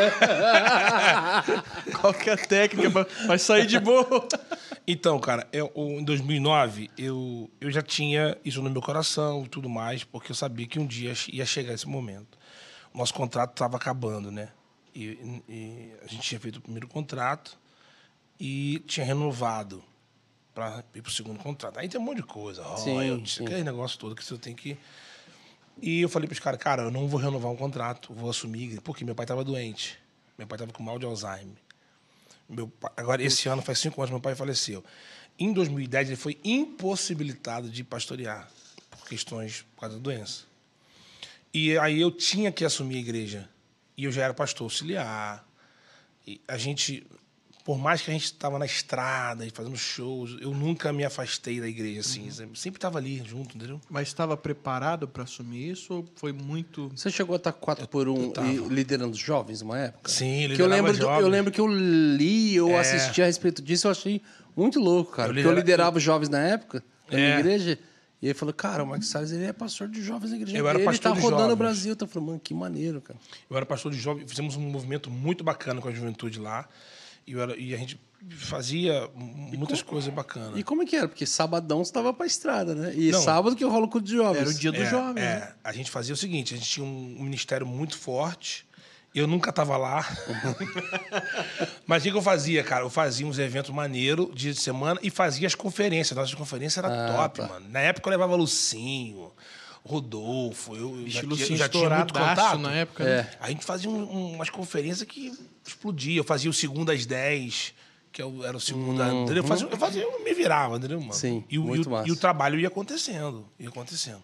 Qual que é a técnica pra, pra sair de boa? Então, cara, eu, em dois mil e nove, eu, eu já tinha isso no meu coração e tudo mais, porque eu sabia que um dia ia chegar esse momento. O nosso contrato estava acabando, né? E, e a gente tinha feito o primeiro contrato e tinha renovado para ir para o segundo contrato. Aí tem um monte de coisa, Sim, royalties, sim. aquele negócio todo que você tem que... E eu falei pros caras, cara, eu não vou renovar um contrato, vou assumir, porque meu pai tava doente. Meu pai tava com mal de Alzheimer. Meu pai, agora, esse ano, faz cinco anos, meu pai faleceu. Em dois mil e dez, ele foi impossibilitado de pastorear, por questões, por causa da doença. E aí eu tinha que assumir a igreja. E eu já era pastor auxiliar. E a gente... Por mais que a gente estava na estrada e fazendo shows, eu nunca me afastei da igreja, assim. Uhum. Sempre estava ali junto, entendeu? Mas estava preparado para assumir isso ou foi muito... Você chegou a estar quatro por um e liderando os jovens numa época? Sim, liderava que eu lembro jovens. Do, eu lembro que eu li ou É. assisti a respeito disso, eu achei muito louco, cara. Eu Porque eu lidera- liderava os jovens na época, na minha É. igreja, e ele falou, cara, o Marcos Salles, ele é pastor de jovens na igreja Eu dele, era ele pastor tá de rodando o jovens. Brasil. Eu falei, mano, que maneiro, cara. Eu era pastor de jovem, fizemos um movimento muito bacana com a juventude lá. E, eu era, e a gente fazia muitas coisas bacanas. E como é que era? Porque sabadão você tava pra estrada, né? E Não. sábado que rola o culto de jovens. Era o dia dos É, jovens, é. né? A gente fazia o seguinte, a gente tinha um ministério muito forte. Eu nunca estava lá. Mas o que que eu fazia, cara? Eu fazia uns eventos maneiros, dia de semana, e fazia as conferências. Nossas conferências eram Ah, top, tá. mano. Na época eu levava Lucinho, Rodolfo, eu Bicho, já, tinha, Lucinho já tinha muito estouradaço contato. na época, É. né? A gente fazia um- um- umas conferências que explodia. Eu fazia o segundo às dez, que eu- era o segundo... entendeu? Eu fazia, eu fazia, eu me virava, entendeu, mano? Sim, e, o- muito e, o, massa. e o trabalho ia acontecendo, ia acontecendo.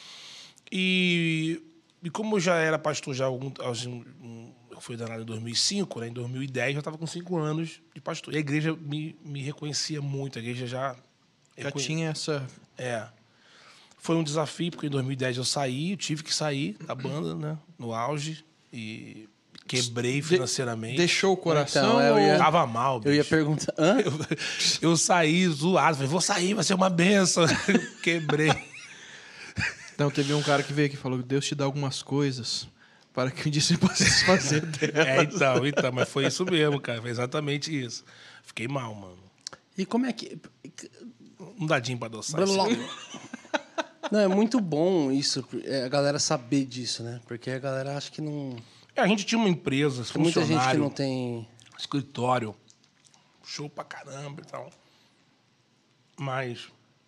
E, e como eu já era pastor já há algum... assim, um- eu fui danado em dois mil e cinco, né? Em dois mil e dez eu estava com cinco anos de pastor. E a igreja me, me reconhecia muito, a igreja já... Já reconhe- tinha essa... É. Foi um desafio, porque em dois mil e dez eu saí, eu tive que sair da banda, né? No auge. E quebrei financeiramente. Deixou o coração Então, eu ia- ou... Tava mal, bicho. Eu ia perguntar... Hã? Eu, eu saí zoado. Falei, vou sair, vai ser uma benção. Quebrei. Então, teve um cara que veio aqui e falou que Deus te dá algumas coisas para que um dia você possa se fazer delas. É, então, então. Mas foi isso mesmo, cara. Foi exatamente isso. Fiquei mal, mano. E como é que... Um dadinho pra adoçar. assim. Não, é muito bom isso, é, a galera saber disso, né? Porque a galera acha que não... É, a gente tinha uma empresa, Tem muita gente que funcionário, não tem... escritório, show pra caramba e tal. Mas...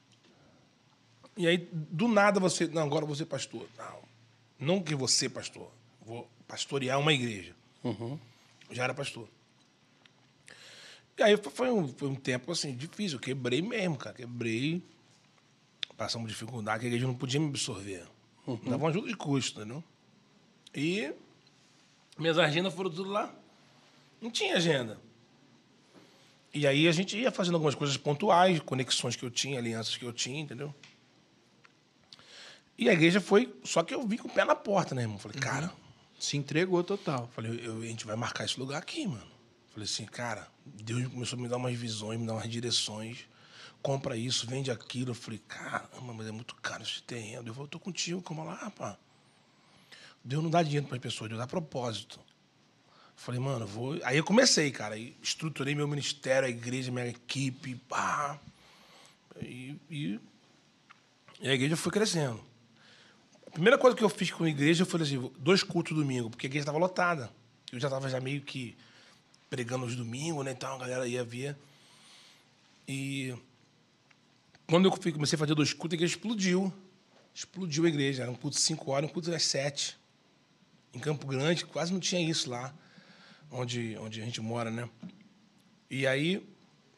E aí, do nada, você... Não, agora eu vou ser pastor. Não, não que você pastor. Vou pastorear uma igreja. Uhum. Eu já era pastor. E aí foi um, foi um tempo, assim, difícil. Eu quebrei mesmo, cara. Quebrei. Passamos dificuldade, que a igreja não podia me absorver. Uhum. Dava uma ajuda de custo, entendeu? E minhas agendas foram tudo lá. Não tinha agenda. E aí a gente ia fazendo algumas coisas pontuais, conexões que eu tinha, alianças que eu tinha, entendeu? E a igreja foi... Só que eu vi com o pé na porta, né, irmão? Falei, cara... Se entregou total. Falei, eu, a gente vai marcar esse lugar aqui, mano. Falei assim, cara, Deus começou a me dar umas visões, me dar umas direções. Compra isso, vende aquilo. Eu falei, caramba, mas é muito caro esse terreno. Eu falei, eu tô contigo, calma lá, rapaz. Deus não dá dinheiro para as pessoas, Deus dá propósito. Falei, mano, eu vou... Aí eu comecei, cara. Aí estruturei meu ministério, a igreja, minha equipe, pá. E, e, e a igreja foi crescendo. A primeira coisa que eu fiz com a igreja foi assim, dois cultos domingo, porque a igreja estava lotada. Eu já estava já meio que pregando os domingos, né? Então a galera ia ver. E quando eu fui, comecei a fazer dois cultos, a igreja explodiu. Explodiu a igreja. Era um culto de cinco horas, um culto às sete. Em Campo Grande, quase não tinha isso lá, onde, onde a gente mora, né? E aí,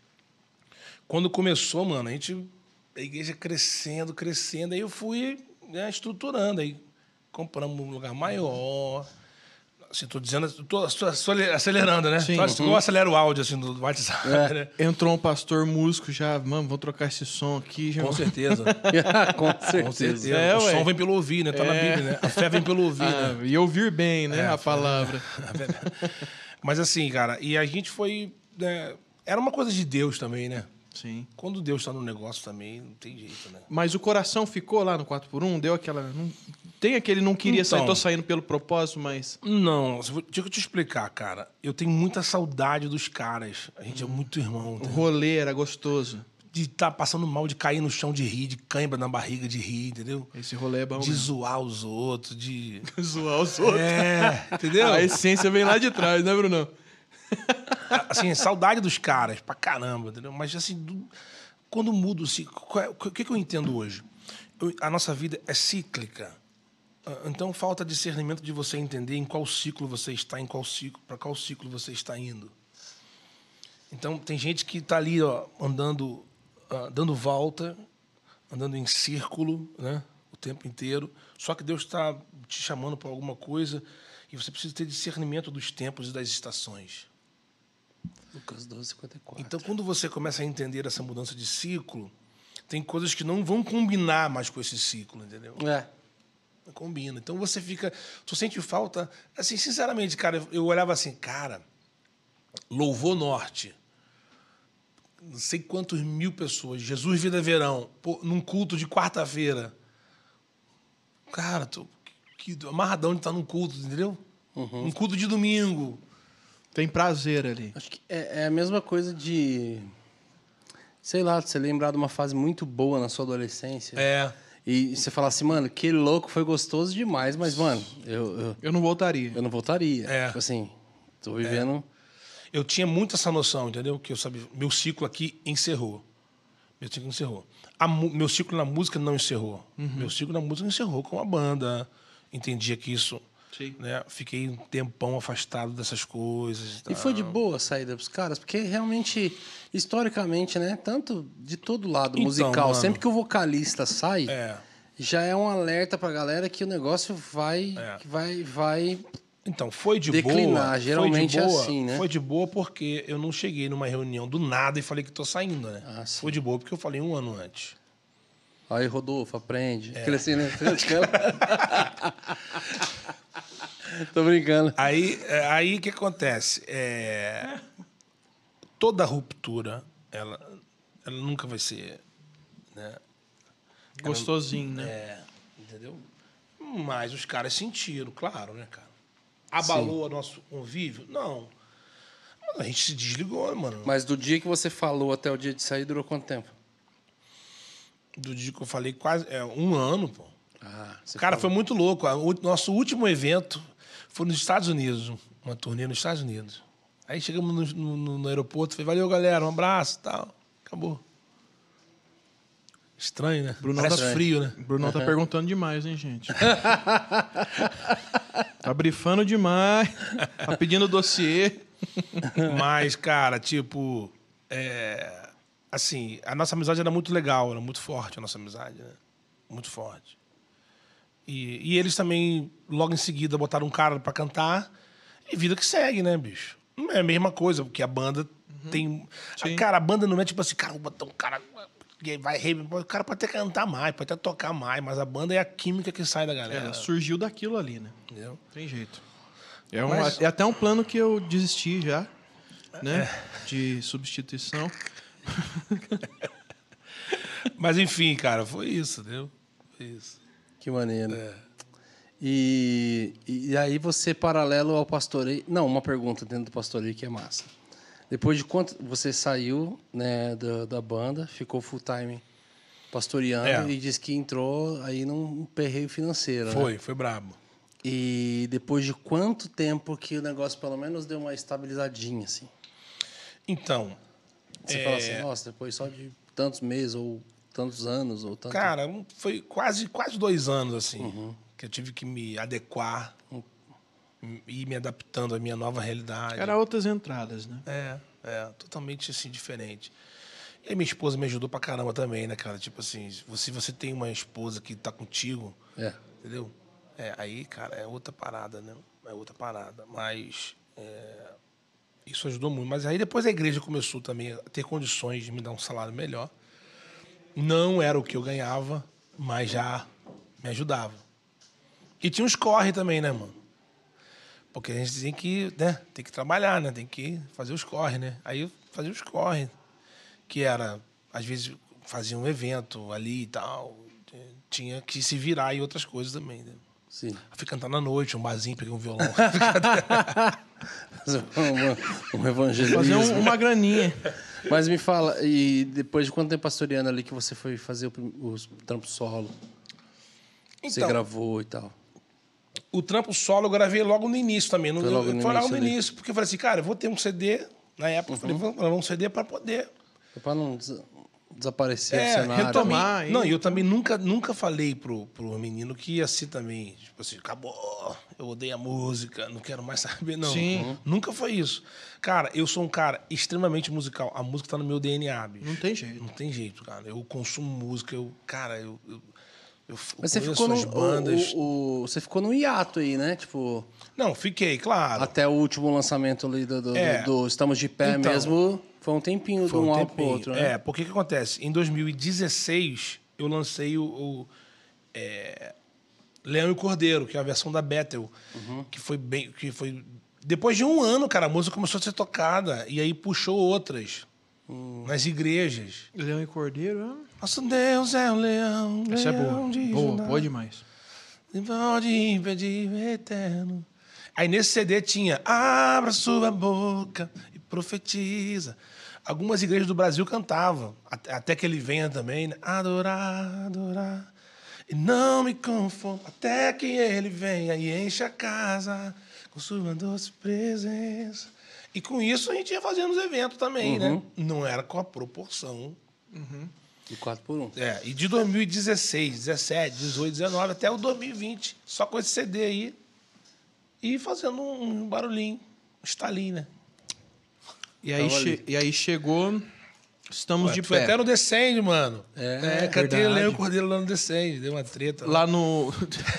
quando começou, mano, a gente... A igreja crescendo, crescendo. Aí eu fui... né, estruturando, aí compramos um lugar maior. Assim, tô dizendo, tô, tô acelerando, né? Sim. Tô, assim, eu acelero o áudio assim, do WhatsApp. É. Né? Entrou um pastor músico já, mano, vamos trocar esse som aqui. Já... Com certeza. Com certeza. Com certeza. É, o ué. som vem pelo ouvir, né? Tá na É. Bíblia, né? A fé vem pelo ouvir, Ah, né? e ouvir bem, né, É, a palavra. Mas assim, cara, e a gente foi... né, era uma coisa de Deus também, né? Sim. Quando Deus tá no negócio também, não tem jeito, né? Mas o coração ficou lá no quatro por um? Deu aquela... Não... Tem aquele não queria Então. sair, tô saindo pelo propósito, mas... Não, se eu- deixa eu te explicar, cara. Eu tenho muita saudade dos caras. A gente é muito irmão, O entendeu? rolê era gostoso. De estar passando mal, de cair no chão de rir, de cãibra na barriga de rir, entendeu? Esse rolê é bom De mesmo. zoar os outros, de... Zoar os outros. É, entendeu? A essência vem lá de trás, né, Brunão? Assim, saudade dos caras, pra caramba, entendeu? Mas, assim, do- quando muda, assim, qual é- o que, que eu entendo hoje? Eu- a nossa vida é cíclica. Então falta discernimento de você entender em qual ciclo você está, em qual ciclo, para qual ciclo você está indo. Então tem gente que está ali, ó, andando, uh, dando volta, andando em círculo, né, o tempo inteiro. Só que Deus está te chamando para alguma coisa e você precisa ter discernimento dos tempos e das estações. Lucas doze, cinquenta e quatro. Então, quando você começa a entender essa mudança de ciclo, tem coisas que não vão combinar mais com esse ciclo, entendeu? É. Não combina. Então você fica... Tu sente falta... Assim, sinceramente, cara, eu olhava assim, cara, Louvor Norte, não sei quantos mil pessoas, Jesus Vida Verão, pô, num culto de quarta-feira. Cara, tô que, amarradão de estar num culto, entendeu? Uhum. Um culto de domingo. Tem prazer ali. Acho que é, é a mesma coisa de... Sei lá, você lembrar de uma fase muito boa na sua adolescência. É. E você falar assim, mano, que louco, foi gostoso demais, mas, mano, eu... Eu, eu não voltaria. Eu não voltaria. É. Tipo assim, tô vivendo... É. Eu tinha muito essa noção, entendeu? Que eu sabia, meu ciclo aqui encerrou. Meu ciclo encerrou. A, meu ciclo na música não encerrou. Uhum. Meu ciclo na música encerrou com a banda. Entendia que isso... Sim. Né? Fiquei um tempão afastado dessas coisas. E, e foi de boa a saída pros caras? Porque realmente, historicamente, né? Tanto de todo lado então, musical, mano, sempre que o vocalista sai, é. já é um alerta pra galera que o negócio vai... É. vai, vai então, foi de declinar. boa. Geralmente foi de boa, é assim, né? Foi de boa porque eu não cheguei numa reunião do nada e falei que tô saindo, né? Ah, foi de boa porque eu falei um ano antes. Aí, Rodolfo, aprende. É. Aquele assim, né? Tô brincando. Aí, aí o que acontece? É... Toda ruptura, ela, ela nunca vai ser... Né? Gostosinho, ela, né? É, entendeu? Mas os caras sentiram, claro, né, cara? Abalou o nosso convívio? Não. Mas a gente se desligou, mano. Mas do dia que você falou até o dia de sair, durou quanto tempo? Do dia que eu falei, quase... É, um ano, pô. Ah, cara, falou. foi muito louco. O nosso último evento foi nos Estados Unidos. Uma turnê nos Estados Unidos. Aí chegamos no, no, no aeroporto, falei, valeu, galera, um abraço e tal. Acabou. Estranho, né? Brunão Parece tá frio, né? O Brunão tá perguntando demais, hein, gente? Tá brifando demais. Tá pedindo dossiê. Mas, cara, tipo... É... Assim, a nossa amizade era muito legal, era muito forte a nossa amizade, né? Muito forte. E, e eles também, logo em seguida, botaram um cara pra cantar. E vida que segue, né, bicho? Não é a mesma coisa, porque a banda uhum. tem... A, cara, a banda não é tipo assim, cara, vou botar um cara... Vai, o cara pode até cantar mais, pode até tocar mais, mas a banda é a química que sai da galera. É, surgiu daquilo ali, né? Entendeu? Tem jeito. É, um, Mas... é até um plano que eu desisti já, né? É. De substituição. Mas enfim, cara, foi isso, entendeu? Foi isso. Que maneiro. É. E, e aí você, paralelo ao pastoreio... Não, uma pergunta dentro do pastoreio que é massa. Depois de quanto você saiu, né, da, da banda, ficou full time pastoreando é. e disse que entrou aí num perreio financeiro, Foi, né? foi brabo. E depois de quanto tempo que o negócio pelo menos deu uma estabilizadinha, assim? Então... Você é... fala assim, nossa, depois só de tantos meses ou tantos anos ou tanto... Cara, foi quase, quase dois anos, assim, uhum. que eu tive que me adequar uhum. e ir me adaptando à minha nova realidade. Era outras entradas, né? É, é, totalmente, assim, diferente. E a minha esposa me ajudou pra caramba também, né, cara? Tipo assim, se você, você tem uma esposa que tá contigo, é. entendeu? É, aí, cara, é outra parada, né? É outra parada. Mas é, isso ajudou muito. Mas aí depois a igreja começou também a ter condições de me dar um salário melhor. Não era o que eu ganhava, mas já me ajudava. E tinha uns corre também, né, mano? Porque a gente tem que, né, tem que trabalhar, né? Tem que fazer os corre, né? Aí eu fazia os corre, que era, às vezes, fazia um evento ali e tal. Tinha que se virar e outras coisas também, né? Sim. Fui cantar na noite, um barzinho, peguei um violão. Fazer um, um evangelismo. Fazer um, uma graninha. Mas me fala, e depois de quanto tempo pastoreando ali que você foi fazer o, os trampos solo? Então, você gravou e tal. O trampo solo eu gravei logo no início também. No, foi logo no, foi início, logo no início, porque eu falei assim, cara, eu vou ter um C D. Na época, uhum. eu falei, vou gravar um C D para poder... Para não desaparecer É, do cenário. retomar. Não, e eu também nunca, nunca falei pro, pro menino que ia ser também, tipo assim, acabou, eu odeio a música, não quero mais saber, não. Sim. Uhum. Nunca foi isso. Cara, eu sou um cara extremamente musical. A música tá no meu D N A, bicho. Não tem jeito. Não tem jeito, cara. Eu consumo música, eu, cara, eu... eu eu Mas você conheço ficou, as no, bandas. o, o, você ficou no hiato aí, né? Tipo, Não, fiquei, claro. até o último lançamento ali do, do, É. do, do Estamos de Pé Então, mesmo, foi um tempinho Foi de um um álbum pro tempinho. outro, né? É, porque o que acontece? Em dois mil e dezesseis, eu lancei o, o, é, Leão e Cordeiro, que é a versão da Bethel, Uhum. que foi bem... Que foi... Depois de um ano, cara, a música começou a ser tocada. E aí puxou outras. Hum. Nas igrejas. Leão e Cordeiro, ah, Nosso Deus é um leão, essa é leão boa. de Boa, Judá. boa demais. E pode impedir o eterno. Aí nesse C D tinha abra sua boca e profetiza. Algumas igrejas do Brasil cantavam. Até, até que ele venha também, né? Adorar, adorar. E não me conformo até que ele venha e enche a casa com sua doce presença. E com isso a gente ia fazendo os eventos também, né? Não era com a proporção. De quatro por um. É, e de dois mil e dezesseis, dezessete, dezoito, dezenove até o dois mil e vinte, só com esse C D aí. E fazendo um barulhinho, um estalinho, né? E aí, Tava che- ali. e aí chegou... Estamos Ué, de foi pé. até no Descende, mano. É, É, cantei verdade. Leão e Cordeiro lá no Descende, deu uma treta. Lá no...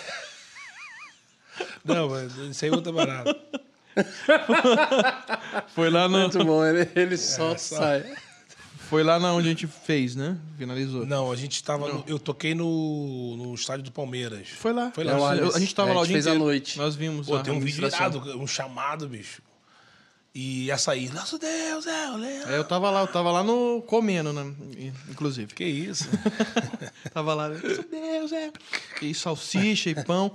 Não, mas isso aí é outra parada. Foi lá no... Muito bom, ele, ele só só- sai. Foi lá na onde a gente fez, né? Finalizou. Não, a gente tava. no- eu toquei no, no estádio do Palmeiras. Foi lá. Foi É lá. o Alex. a gente tava É, lá a o gente dia fez à inteiro. noite. Nós vimos Pô, lá tem a um vídeo administração. virado, um chamado, bicho. E essa aí, nosso Deus é o leão. É, eu tava lá, eu tava lá no comendo, né? Inclusive. Que isso? Tava lá, meu Deus, é. E salsicha e pão.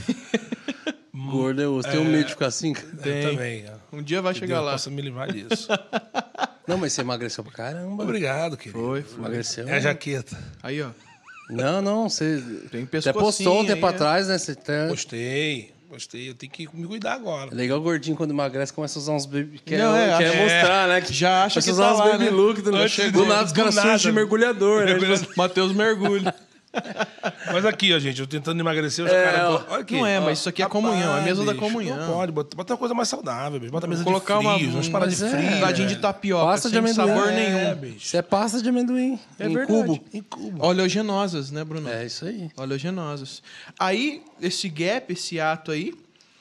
Gordo é osso. Tem um medo de ficar assim? cara? Tem. Eu também. ó. Um dia vai Que chegar Deus lá. possa me livrar disso. Não, mas você emagreceu pra caramba. Obrigado, querido. Foi, foi. Emagreceu. É a jaqueta. Aí, ó. Não, não, você Tem até pescocinho postou um tempo aí, é. atrás, né? Você tá... Gostei. Gostei. Eu tenho que me cuidar agora. É legal o gordinho quando emagrece começa a usar uns baby... Quer, Não, é, quer acha- mostrar, né? Que já acha começa que a usar tá uns lá, baby né? look. Do, Antes do de- nada os do caras nada. surgem de mergulhador, né? Matheus mergulho. Mas aqui, ó, gente, eu tentando emagrecer, os É, caras... ó. Olha aqui. Não é, mas isso aqui é comunhão, é a mesa da bicho, comunhão. Não pode, bota, bota uma coisa mais saudável, bicho. Bota a mesa Colocar de uma- frios, umas paradas de mas é. frio. Um dadinho de tapioca, Pasta de sem amendoim. sabor É, nenhum. bicho. Isso é pasta de amendoim. É em verdade. cubo. Em Cuba. Oleogenosas, né, Bruno? É isso aí. Oleogenosas. Aí, esse gap, esse ato aí,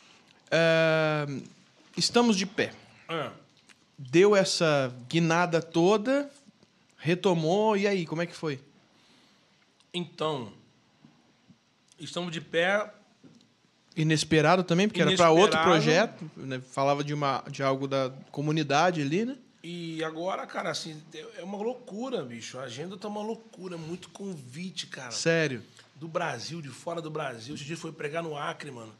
é, estamos de pé. Ah. Deu essa guinada toda, retomou, e aí, como é que foi? Então, estamos de pé. Inesperado também, porque era para outro Inesperado. projeto, né? Falava de, uma, de algo da comunidade ali, né? E agora, cara, assim, é uma loucura, bicho. A agenda tá uma loucura. Muito convite, cara. Sério. Do Brasil, de fora do Brasil. Esse dia foi pregar no Acre, mano.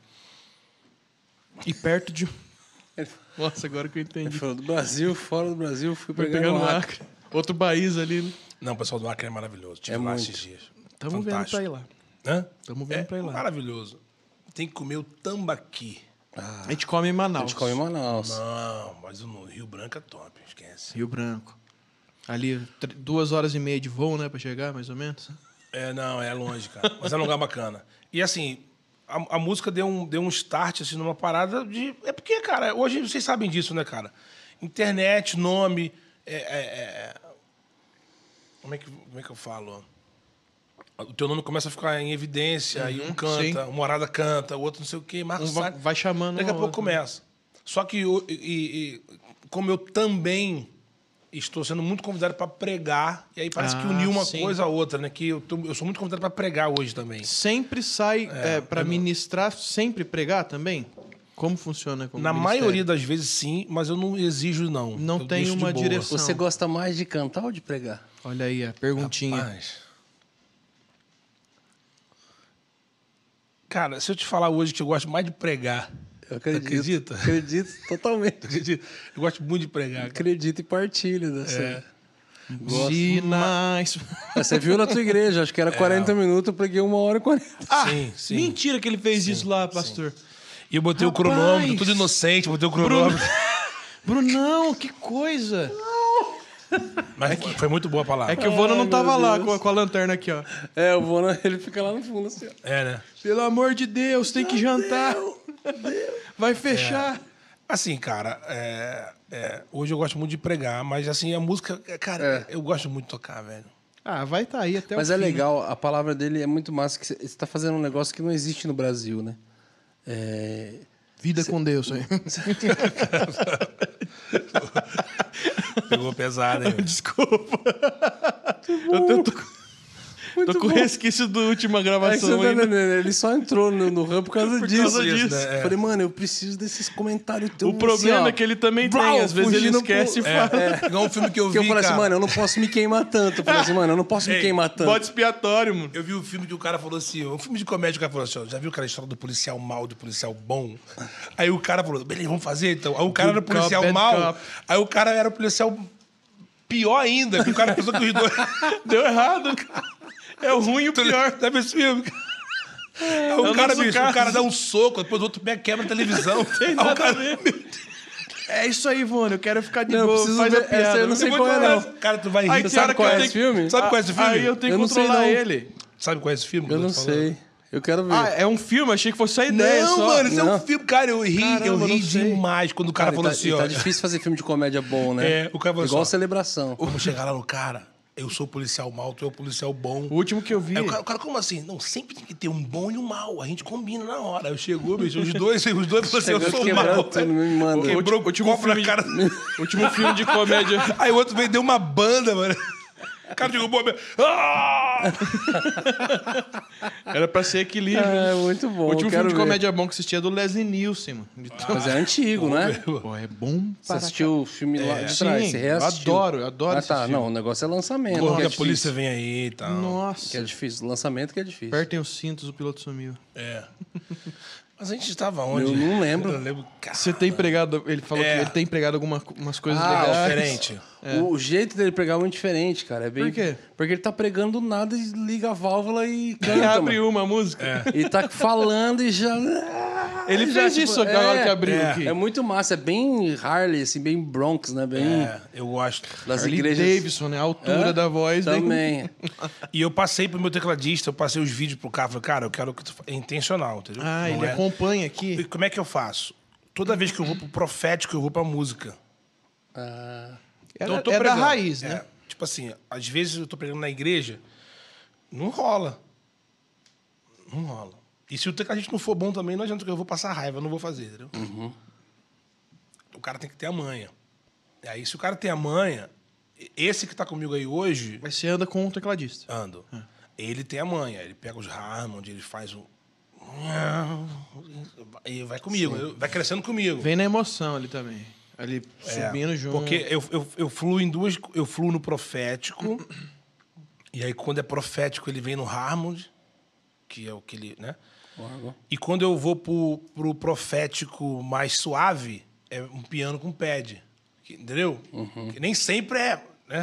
E perto de... Nossa, agora que eu Ele entendi. falou do Brasil, fora do Brasil, fui Foi pegar pegar no no Acre. Acre. Outro país ali, né? Não, o pessoal do Acre é maravilhoso. Tive É lá muito. esses dias. Tamo vendo Fantástico. pra ir lá. Hã? Tamo vendo É pra ir lá. maravilhoso. Tem que comer o tambaqui. A gente come em A Manaus. gente come em Manaus. Não, mas o Rio Branco é top, esquece. Rio Branco. Ali, tr- duas horas e meia de voo, né, pra chegar, mais ou menos. É, não, é longe, cara. Mas é um lugar bacana. E assim, a, a música deu um, deu um start, assim, numa parada de... É porque, cara, hoje vocês sabem disso, né, cara? Internet, nome... é- é- é- Como, é que, como é que eu falo? O teu nome começa a ficar em evidência, aí um canta, sim. uma morada canta, o outro não sei o quê, Marcos Um vai, Salles. vai chamando Daqui a um pouco outro, né? começa. Só que, eu- e- e- como eu também estou sendo muito convidado para pregar, e aí parece que Ah, uniu uma sim. coisa a outra, né? Que eu, tô- eu sou muito convidado para pregar hoje também. Sempre sai é, para eu não- ministrar, sempre pregar também? Como funciona como Na ministério? maioria das vezes, sim, mas eu não exijo, não. Não Eu tem deixo de uma boa. direção. Você gosta mais de cantar ou de pregar? Olha aí a perguntinha. Rapaz. Cara, se eu te falar hoje que eu gosto mais de pregar, Eu acredito. acredita? Acredito totalmente. acredita? Eu gosto muito de pregar. cara. Acredito e partilho dessa. É. Sinais. Ah, você viu na tua igreja, acho que era quarenta minutos, eu preguei uma hora e quarenta. Ah, Sim, sim. mentira que ele fez isso lá, pastor. E eu botei Rapaz! o cronômetro, tudo inocente, botei o cronômetro. Brunão, que coisa. Mas foi, foi muito boa a palavra. É que o Vona não Ai, tava meu lá Deus. com a, com a lanterna aqui, ó. É, o Vona, ele fica lá no fundo assim, ó. É, né? Pelo amor de Deus, tem que jantar. Vai fechar. Assim, cara, é, é, hoje eu gosto muito de pregar, mas assim, a música, cara, eu gosto muito de tocar, velho. Ah, vai tá aí até Mas o é fim. legal, a palavra dele é muito massa, que você está fazendo um negócio que não existe no Brasil, né? É... Vida com Deus aí. Pegou pesado, hein? Desculpa. Eu tô, tô, tô com bom. resquício da última É que você gravação tá ainda. entendendo? Ele só entrou no, no ramo por causa Por disso. causa disso, né? É. Falei, mano, eu preciso desses comentários teus. O problema assim, ó. é que ele também Brau, tem. Às vezes ele fugindo esquece e pro- fala. É, igual um filme que eu vi, Que eu falei cara. assim, mano, eu não posso me queimar tanto. Eu falei assim, mano, eu não posso me Ei, queimar tanto. Bode expiatório, mano. Eu vi um filme que o cara falou assim, um filme de comédia, o cara falou assim, ó, já viu aquela história do policial mal, do policial bom? Aí o cara falou, beleza, vamos fazer então. Aí o cara era o Good policial cop, bad mal, cop. aí o cara era o policial pior ainda, que o cara pensou que os dois... Deu errado, cara. É o ruim e o pior. Sabe esse filme? Aí o É o cara, nosso bicho, caso. o cara dá um soco, depois o outro pega, quebra a televisão. Tem Aí nada o cara... a ver. É isso aí, Vona. Eu quero ficar de Não, eu boa. preciso Faz ver- a piada. essa eu não sei Eu vou qual te é, falar, não. cara, tu vai rir. Aí Tu tem hora sabe que qual eu é tenho esse que- filme? Sabe qual é esse filme? Aí eu tenho Eu que não sei, controlar não. ele. Sabe qual é esse filme? que Eu tô não te falando? sei. Eu quero ver. Ah, é um filme? Achei que fosse a ideia Não, só. mano, esse é um Não. filme, cara, eu ri, Caramba, eu eu ri não sei. demais quando o cara, Cara, falou e tá, assim, e ó. tá difícil fazer filme de comédia bom, né? É, o cara falou Igual assim, ó, Celebração. vamos chegar lá no cara, eu sou o policial mal, tu é o policial bom. O último que eu vi. Aí o cara, o cara, como assim? Não, sempre tem que ter um bom e um mal, a gente combina na hora. Aí chegou, bicho, os dois, os dois falaram assim, eu Chegou sou o quebrando mal. tudo, me manda. Quebrou o último copo na filme de- cara. Último filme de comédia. Aí o outro veio e deu uma banda, mano. O cara derrubou a... Ah! Era pra ser equilíbrio. É, muito bom. O último eu quero filme de ver. comédia bom que assisti é do Leslie Nielsen, mano. De- Mas é antigo, né? Pô, é bom Você para assistiu o filme lá de Sim, trás? Você eu reassistiu? adoro, eu adoro Ah, tá. esse filme. Não, o negócio é lançamento. Porra, que que é a polícia difícil. vem aí e tal. Nossa. Que é difícil. Lançamento que é difícil. Apertem os cintos, o piloto sumiu. É. Mas a gente estava Eu onde? não lembro. Eu não lembro. Cara, Você tem empregado. Ele falou É. que ele tem empregado algumas coisas Ah, legais. diferente. O jeito dele pregar é muito diferente, cara. É bem... Por quê? Porque ele tá pregando do nada e liga a válvula e Ele canta, abre mano. uma música. E tá falando e já... Ele já, fez tipo, isso na hora que abriu é, aqui. É muito massa. É bem Harley, assim, bem Bronx, né? Bem É, eu gosto. das Harley igrejas... Davidson, né? A altura Hã? da voz. bem- Também. E eu passei pro meu tecladista, eu passei os vídeos pro cara, falei, cara, eu quero que tu... fa- É intencional, entendeu? Ah, Não ele é- acompanha E aqui. como é que eu faço? Toda vez que eu vou pro profético, eu vou pra música. Ah, Era, eu tô é da pregando. raiz, né? É, tipo assim, às vezes eu tô pregando na igreja, não rola. Não rola. E se o tecladista não for bom também, não adianta que eu vou passar raiva, eu não vou fazer, entendeu? Uhum. O cara tem que ter a manha. E aí, se o cara tem a manha, esse que tá comigo aí hoje, Mas você anda com o tecladista. ando. Ele tem a manha, ele pega os Hammond, ele faz um. E vai comigo, vai crescendo comigo. Vem na emoção ali também. Ali É, subindo junto. Porque eu, eu, eu fluo em duas. Eu fluo no profético. E aí, quando é profético, ele vem no Harmony, que é o que ele. Né? logo. E quando eu vou pro, pro profético mais suave, é um piano com pad. Que- Entendeu? Que nem sempre é, né?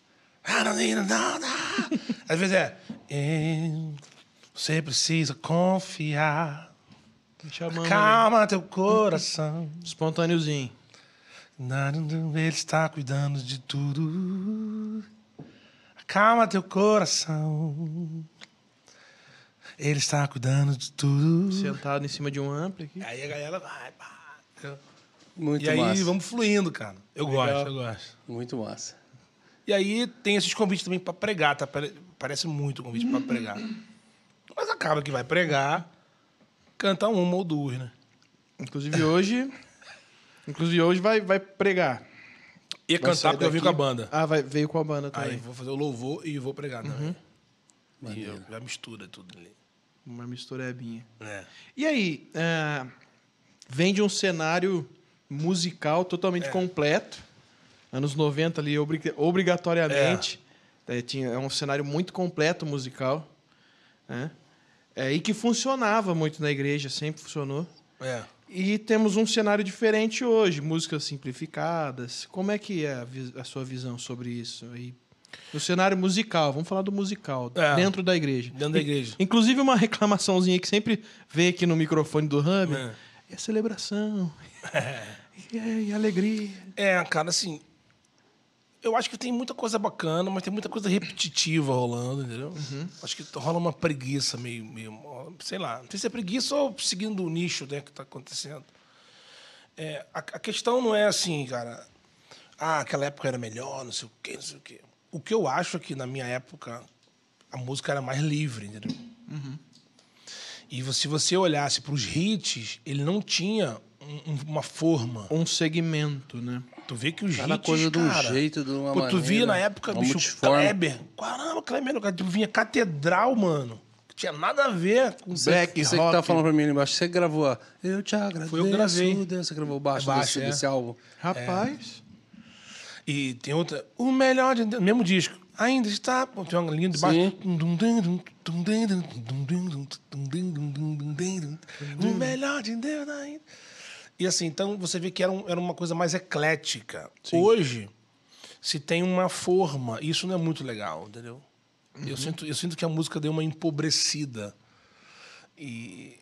Às vezes é. "É, Você precisa confiar. Chamando ali. Calma teu coração. Espontâneozinho. Ele está cuidando de tudo. Calma teu coração. Ele está cuidando de tudo. Sentado em cima de um ampli aqui. Aí a galera vai, pá. Muito E aí massa. vamos fluindo, cara. Eu Legal. gosto, eu gosto. Muito massa. E aí tem esses convites também pra pregar, tá? Pare- Parece muito convite pra pregar. Mas acaba que vai pregar, canta uma ou duas, né? Inclusive hoje. Inclusive hoje vai, vai pregar. E Vai cantar sair porque eu vim daqui. com a banda. Ah, vai, veio com a banda Aí também. vou fazer o louvor e vou pregar também. E Maneiro. eu já mistura tudo ali. Uma misturebinha. É. E aí, é, vem de um cenário musical totalmente completo. Anos noventa ali, obri- obrigatoriamente. É, tinha, é um cenário muito completo musical. Né? É, e que funcionava muito na igreja, sempre funcionou. É. E temos um cenário diferente hoje, músicas simplificadas. Como é que é a, vis- a sua visão sobre isso? aí? No cenário musical, vamos falar do musical, É. dentro da igreja. Dentro da igreja. Inclusive uma reclamaçãozinha que sempre vem aqui no microfone do Hub. É. É a celebração. E, é, e a alegria. É, cara, assim. Eu acho que tem muita coisa bacana, mas tem muita coisa repetitiva rolando, entendeu? Uhum. Acho que rola uma preguiça meio, meio... Sei lá, não sei se é preguiça ou seguindo o nicho, né, que tá acontecendo. É, a, a questão não é assim, cara... Ah, aquela época era melhor, não sei o quê, não sei o quê. O que eu acho é que, na minha época, a música era mais livre, entendeu? Uhum. E se você olhasse para os hits, ele não tinha um, uma forma. Um segmento, né? Tu vê que os Cada hits, coisa de um cara, jeito, de uma pô, maneira. tu via na época, uma bicho, multiforme. Kleber. Caramba, Kleber, cara, tu vinha Catedral, mano. Que tinha nada a ver com Black Você rock. que tá falando pra mim ali embaixo, você gravou a Eu Te Agradeço, Foi eu que gravei. Deus, você gravou o baixo, É baixo, desse, é. desse álbum. Rapaz. E tem outra. O melhor de Deus. Mesmo disco. Ainda está. Pô, tem uma linha de baixo. O melhor de Deus ainda. E assim, então você vê que era, um, era uma coisa mais eclética. Sim. Hoje, se tem uma forma. E isso não é muito legal, entendeu? Uhum. Eu, sinto, eu sinto que a música deu uma empobrecida. E.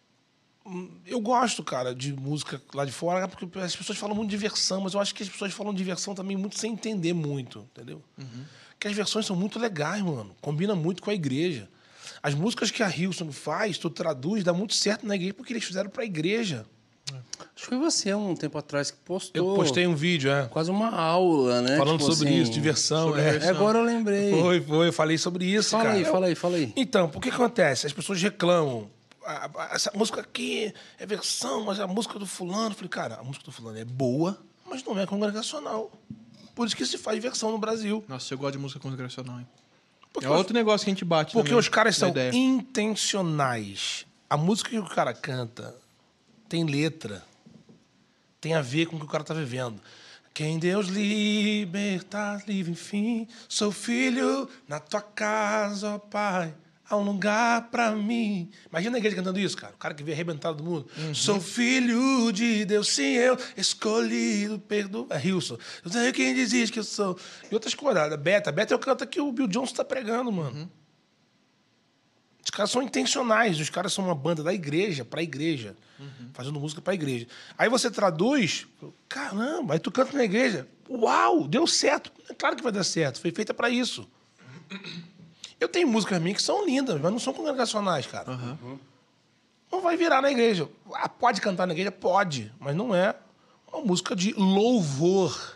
Eu gosto, cara, de música lá de fora, porque as pessoas falam muito de versão, mas eu acho que as pessoas falam de versão também muito sem entender muito, entendeu? Uhum. Porque as versões são muito legais, mano. Combina muito com a igreja. As músicas que a Hilson faz, tu traduz, dá muito certo na igreja, porque eles fizeram pra igreja. Acho que foi você, um tempo atrás, que postou... Eu postei um vídeo, é. Quase uma aula, né? Falando tipo sobre assim, isso, de versão, sobre é. versão. Agora eu lembrei. Foi, foi, eu falei sobre isso, fala cara. Fala aí, fala aí, fala aí. Então, por que acontece? As pessoas reclamam. Essa música aqui é versão, mas a música do fulano... Eu falei, cara, a música do fulano é boa, mas não é congregacional. Por isso que se faz versão no Brasil. Nossa, eu gosto de música congregacional, hein? Porque é outro os... negócio que a gente bate Porque também, os caras são ideia. intencionais. A música que o cara canta tem letra. Tem a ver com o que o cara tá vivendo. Quem Deus liberta, livre, enfim. Sou filho na tua casa, ó Pai. Há um lugar pra mim. Imagina a igreja cantando isso, cara. O cara que veio arrebentado do mundo. Uhum. Sou filho de Deus, sim, eu escolhido, perdoa. É Hilson. Eu sei quem diz que eu sou. E outras coisas. A Beta. A Beta é o canto que o Bill Johnson tá pregando, mano. Uhum. Os caras são intencionais. Os caras são uma banda da igreja pra igreja. Uhum. Fazendo música pra igreja. Aí você traduz. Caramba, aí tu canta na igreja. Uau, deu certo. É claro que vai dar certo. Foi feita pra isso. Eu tenho músicas minhas que são lindas, mas não são congregacionais, cara. Uhum. Não vai virar na igreja. Ah, pode cantar na igreja? Pode. Mas não é uma música de louvor.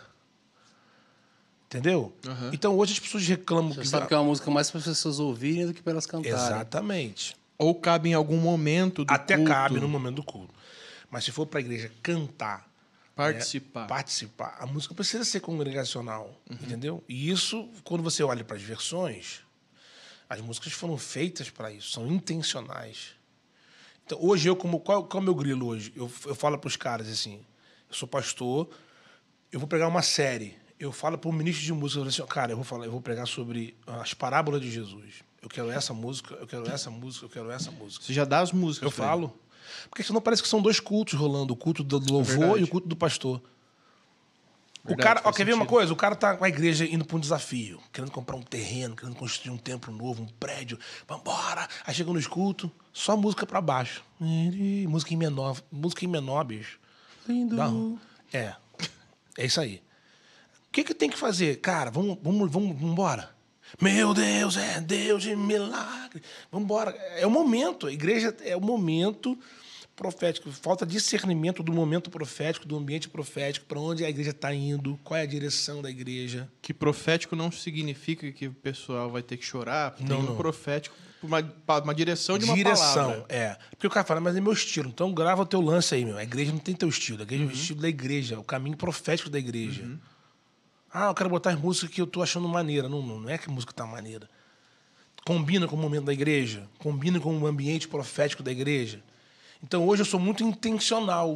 Entendeu? Uhum. Então, hoje as pessoas reclamam... Você que sabe que é uma música mais para as pessoas ouvirem do que para elas cantarem. Exatamente. Ou cabe em algum momento do Até culto. cabe no momento do culto. Mas se for para a igreja cantar... Participar. Né, participar. A música precisa ser congregacional. Uhum. Entendeu? E isso, quando você olha para as versões... As músicas foram feitas para isso, são intencionais. Então, hoje, eu, como qual, qual é o meu grilo hoje? Eu, eu falo para os caras assim: eu sou pastor, eu vou pregar uma série. Eu falo para o ministro de música, eu falo assim, cara, eu vou, falar, eu vou pregar sobre as parábolas de Jesus. Eu quero essa música, eu quero essa música, eu quero essa música. Você já dá as músicas? Eu falo. Ele. Porque senão parece que são dois cultos rolando: o culto do louvor é e o culto do pastor. Verdade, o cara, ó, quer ver uma coisa? O cara tá com a igreja indo para um desafio, querendo comprar um terreno, querendo construir um templo novo, um prédio. Vambora! Aí chega no escuto, só música para baixo. Música em menor, música em menor, bicho. Lindo. Dá, é, é isso aí. O que que tem que fazer? Cara, vamos, vamos, vamos, vamos embora. Meu Deus, é Deus de milagre. Vamos embora. É o momento, a igreja é o momento profético, falta discernimento do momento profético, do ambiente profético, para onde a igreja está indo, qual é a direção da igreja. Que profético não significa que o pessoal vai ter que chorar, tem não, um não. profético, uma, uma direção de uma direção, palavra. é. Porque o cara fala, mas é meu estilo, então grava o teu lance aí, meu. A igreja não tem teu estilo, a igreja uhum. é o estilo da igreja, o caminho profético da igreja. Uhum. Ah, eu quero botar as músicas que eu tô achando maneira. Não, não é que a música tá maneira. Combina com o momento da igreja, combina com o ambiente profético da igreja. Então, hoje eu sou muito intencional.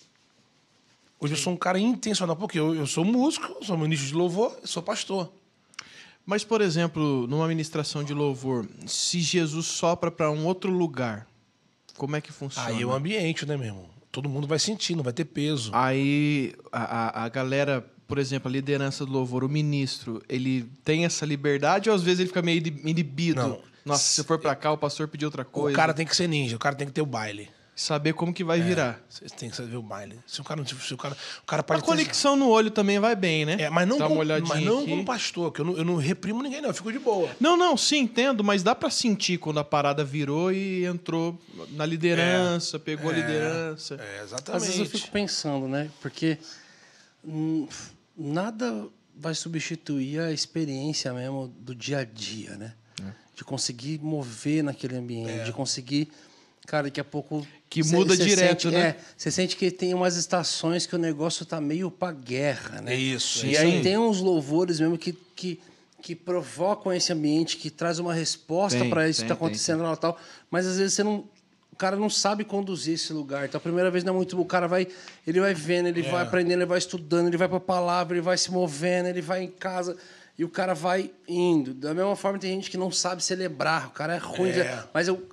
Hoje Sim. eu sou um cara intencional, porque eu, eu sou músico, eu sou ministro de louvor, eu sou pastor. Mas, por exemplo, numa ministração de louvor, se Jesus sopra para um outro lugar, como é que funciona? Aí é o ambiente, né, meu irmão? Todo mundo vai sentir, não vai ter peso. Aí a, a, a galera, por exemplo, a liderança do louvor, o ministro, ele tem essa liberdade ou às vezes ele fica meio inibido? Não. Nossa, se for para cá, o pastor pediu outra coisa. O cara tem que ser ninja, o cara tem que ter o baile. saber como que vai virar. Você tem que saber o baile. Se o cara, se o cara, o cara pode A conexão no olho também vai bem, né? É, mas não, Dá uma com, olhadinha mas não aqui. como pastor, que eu não, eu não reprimo ninguém, não. Eu fico de boa. Não, não, sim, entendo, mas dá pra sentir quando a parada virou e entrou na liderança, é, pegou é, a liderança. É, exatamente. Às vezes eu fico pensando, né? Porque hum, nada vai substituir a experiência mesmo do dia a dia, né? É. De conseguir mover naquele ambiente, é. de conseguir... Cara, daqui a pouco... Que cê, muda cê direto, sente, né? É, você sente que tem umas estações que o negócio tá meio pra guerra, né? É isso. E é aí isso. tem uns louvores mesmo que, que, que provocam esse ambiente, que traz uma resposta para isso tem, que tá acontecendo lá e tal. Mas às vezes você não... O cara não sabe conduzir esse lugar. Então a primeira vez não é muito bom. O cara vai... Ele vai vendo, ele é. vai aprendendo, ele vai estudando, ele vai pra palavra, ele vai se movendo, ele vai em casa... E o cara vai indo. Da mesma forma, tem gente que não sabe celebrar. O cara é ruim. É. De... Mas eu...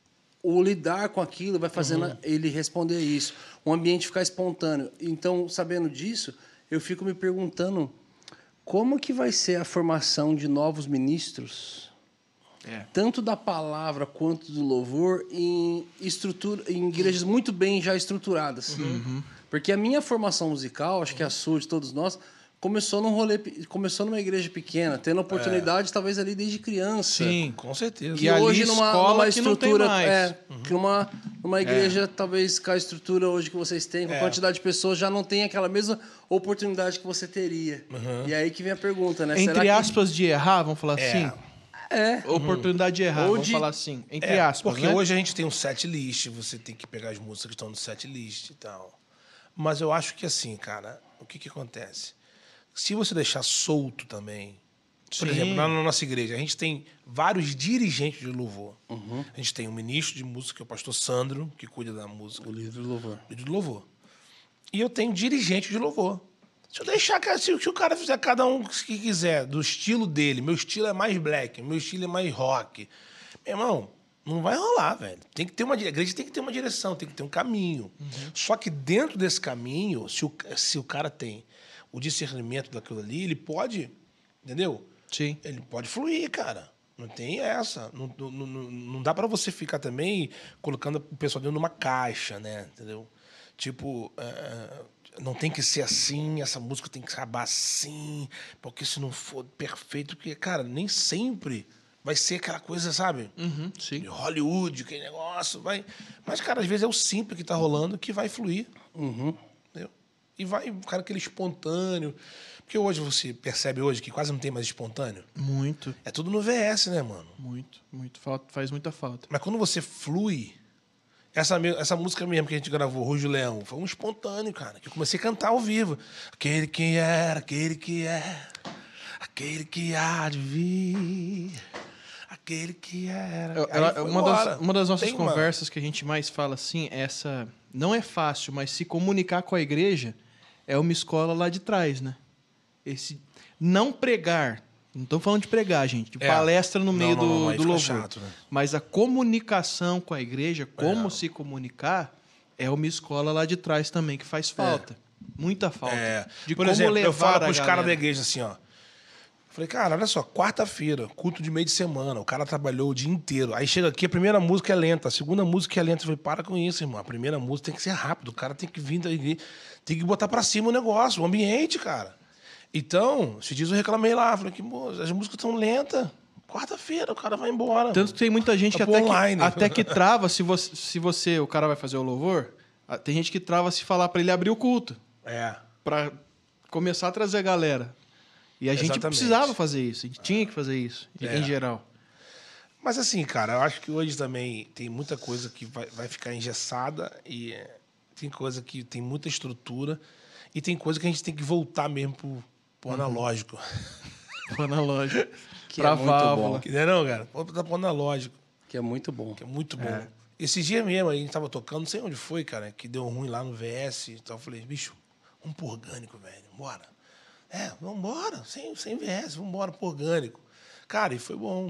o lidar com aquilo vai fazendo uhum. ele responder isso. O ambiente ficar espontâneo. Então, sabendo disso, eu fico me perguntando como que vai ser a formação de novos ministros, é. tanto da palavra quanto do louvor, em, estrutura, em igrejas muito bem já estruturadas. Uhum. Porque a minha formação musical, acho que a sua, de todos nós... Começou num rolê, começou numa igreja pequena, tendo oportunidade, é. talvez ali desde criança. Sim, com certeza. E, e hoje ali numa, escola numa que não tem estrutura, mais. é, uhum. que numa, numa igreja, é. talvez com a estrutura hoje que vocês têm, com a é. quantidade de pessoas, já não tem aquela mesma oportunidade que você teria. Uhum. E aí que vem a pergunta, né? Entre Será aspas que... de errar, vamos falar é. assim? É. Oportunidade de errar, Ou vamos de... falar assim. Entre é, aspas, porque né? hoje a gente tem um set list, você tem que pegar as músicas que estão no set list e tal. Mas eu acho que assim, cara, o que que acontece? Se você deixar solto também... Por Sim. exemplo, na nossa igreja, a gente tem vários dirigentes de louvor. Uhum. A gente tem um ministro de música, que é o pastor Sandro, que cuida da música. O líder do louvor. O líder do louvor. E eu tenho dirigente de louvor. Se eu deixar... Se, se o cara fizer cada um que quiser, do estilo dele, meu estilo é mais black, meu estilo é mais rock. Meu irmão, não vai rolar, velho. Tem que ter uma, a igreja tem que ter uma direção, tem que ter um caminho. Uhum. Só que dentro desse caminho, se o, se o cara tem... o discernimento daquilo ali, ele pode, entendeu? Sim. Ele pode fluir, cara. Não tem essa. Não, não, não, não dá pra você ficar também colocando o pessoal dentro de uma caixa, né? Entendeu? Tipo, uh, não tem que ser assim, essa música tem que acabar assim, porque se não for perfeito, porque, cara, nem sempre vai ser aquela coisa, sabe? Uhum, sim. De Hollywood, aquele negócio, vai... Mas, cara, às vezes é o simples que tá rolando que vai fluir. Uhum. Entendeu? E vai, cara, aquele espontâneo. Porque hoje você percebe hoje que quase não tem mais espontâneo. Muito. É tudo no V S, né, mano? Muito, muito. Falta, faz muita falta. Mas quando você flui... Essa, essa música mesmo que a gente gravou, Rujo Leão, foi um espontâneo, cara. Que eu comecei a cantar ao vivo. Aquele que era, aquele que é, aquele que há de vir, aquele que era... Eu, eu, uma, das, uma das nossas tem conversas uma... que a gente mais fala assim, essa... Não é fácil, mas se comunicar com a igreja é uma escola lá de trás, né? Esse não pregar, não estou falando de pregar, gente, de é. palestra no meio não, não, não, do, do louvor. Chato, né? Mas a comunicação com a igreja, como é. se comunicar, é uma escola lá de trás também que faz falta. É. Muita falta. É. De Por como exemplo, levar eu falo para os galera. caras da igreja assim, ó. Falei, cara, olha só, quarta-feira, culto de meio de semana, o cara trabalhou o dia inteiro. Aí chega aqui, a primeira música é lenta, a segunda música é lenta. Eu falei, para com isso, irmão. A primeira música tem que ser rápido, o cara tem que vir daí, tem que botar pra cima o negócio, o ambiente, cara. Então, se diz, eu reclamei lá, falei que as músicas estão lentas. Quarta-feira, o cara vai embora. Tanto que tem muita gente tá que, até que até que trava, se você, se você, o cara vai fazer o louvor, tem gente que trava se falar pra ele abrir o culto. É. Pra começar a trazer a galera. E a gente Exatamente. precisava fazer isso, a gente tinha que fazer isso, é. em geral. Mas assim, cara, eu acho que hoje também tem muita coisa que vai, vai ficar engessada e tem coisa que tem muita estrutura e tem coisa que a gente tem que voltar mesmo pro, pro analógico. Pro analógico. Que pra é muito válvula. bom. Que não é não, cara? Voltar pro analógico. Que é muito bom. Que é muito bom. É. Esse dia mesmo, a gente tava tocando, não sei onde foi, cara, que deu ruim lá no V S. Então eu falei, bicho, vamos pro orgânico, velho, bora. É, vamos embora, sem, sem V S, vamos embora pro orgânico. Cara, e foi bom.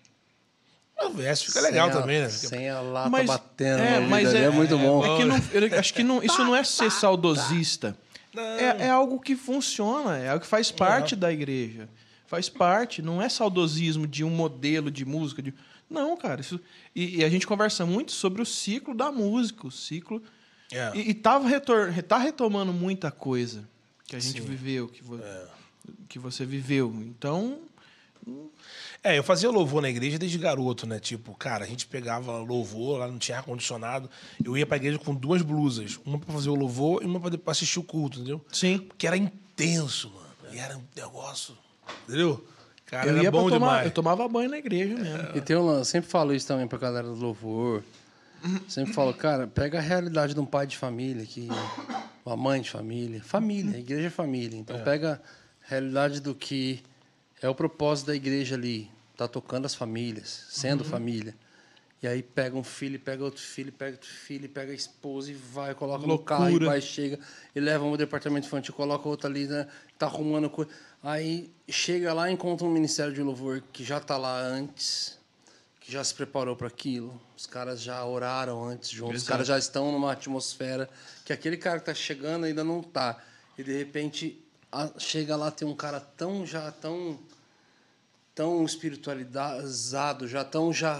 O V S fica sem legal a, também, né? Sem a lata mas, batendo. É, mas é, é muito bom. É que não, eu acho que não, isso não é ser saudosista. É, é algo que funciona, é algo que faz parte uhum. da igreja. Faz parte, não é saudosismo de um modelo de música. De... Não, cara. Isso, e, e a gente conversa muito sobre o ciclo da música, o ciclo... É. E, e tava retor, tá retomando muita coisa que a gente Sim. viveu, que, vo, É. que você viveu. Então... É, eu fazia louvor na igreja desde garoto, né? Tipo, cara, a gente pegava louvor, lá não tinha ar-condicionado. Eu ia pra igreja com duas blusas. Uma pra fazer o louvor e uma pra pra assistir o culto, entendeu? Sim. Porque era intenso, mano. E era um negócio... Entendeu? Cara, Eu era ia pra bom tomar, demais. eu tomava banho na igreja mesmo. E tem um lance, sempre falo isso também pra galera do louvor. Sempre falo, cara, pega a realidade de um pai de família, que, uma mãe de família. Família, igreja é família. Então pega a realidade do que é o propósito da igreja ali. Tá tocando as famílias, sendo família. E aí pega um filho, pega outro filho, pega outro filho, pega a esposa e vai, coloca no carro e vai, chega, e leva um departamento infantil, coloca outro ali, né, tá arrumando coisa. Aí chega lá e encontra um ministério de louvor que já tá lá antes, que já se preparou para aquilo. Os caras já oraram antes juntos, Exato. os caras já estão numa atmosfera que aquele cara que tá chegando ainda não tá. E de repente a, chega lá, tem um cara tão já tão tão espiritualizado, já tão já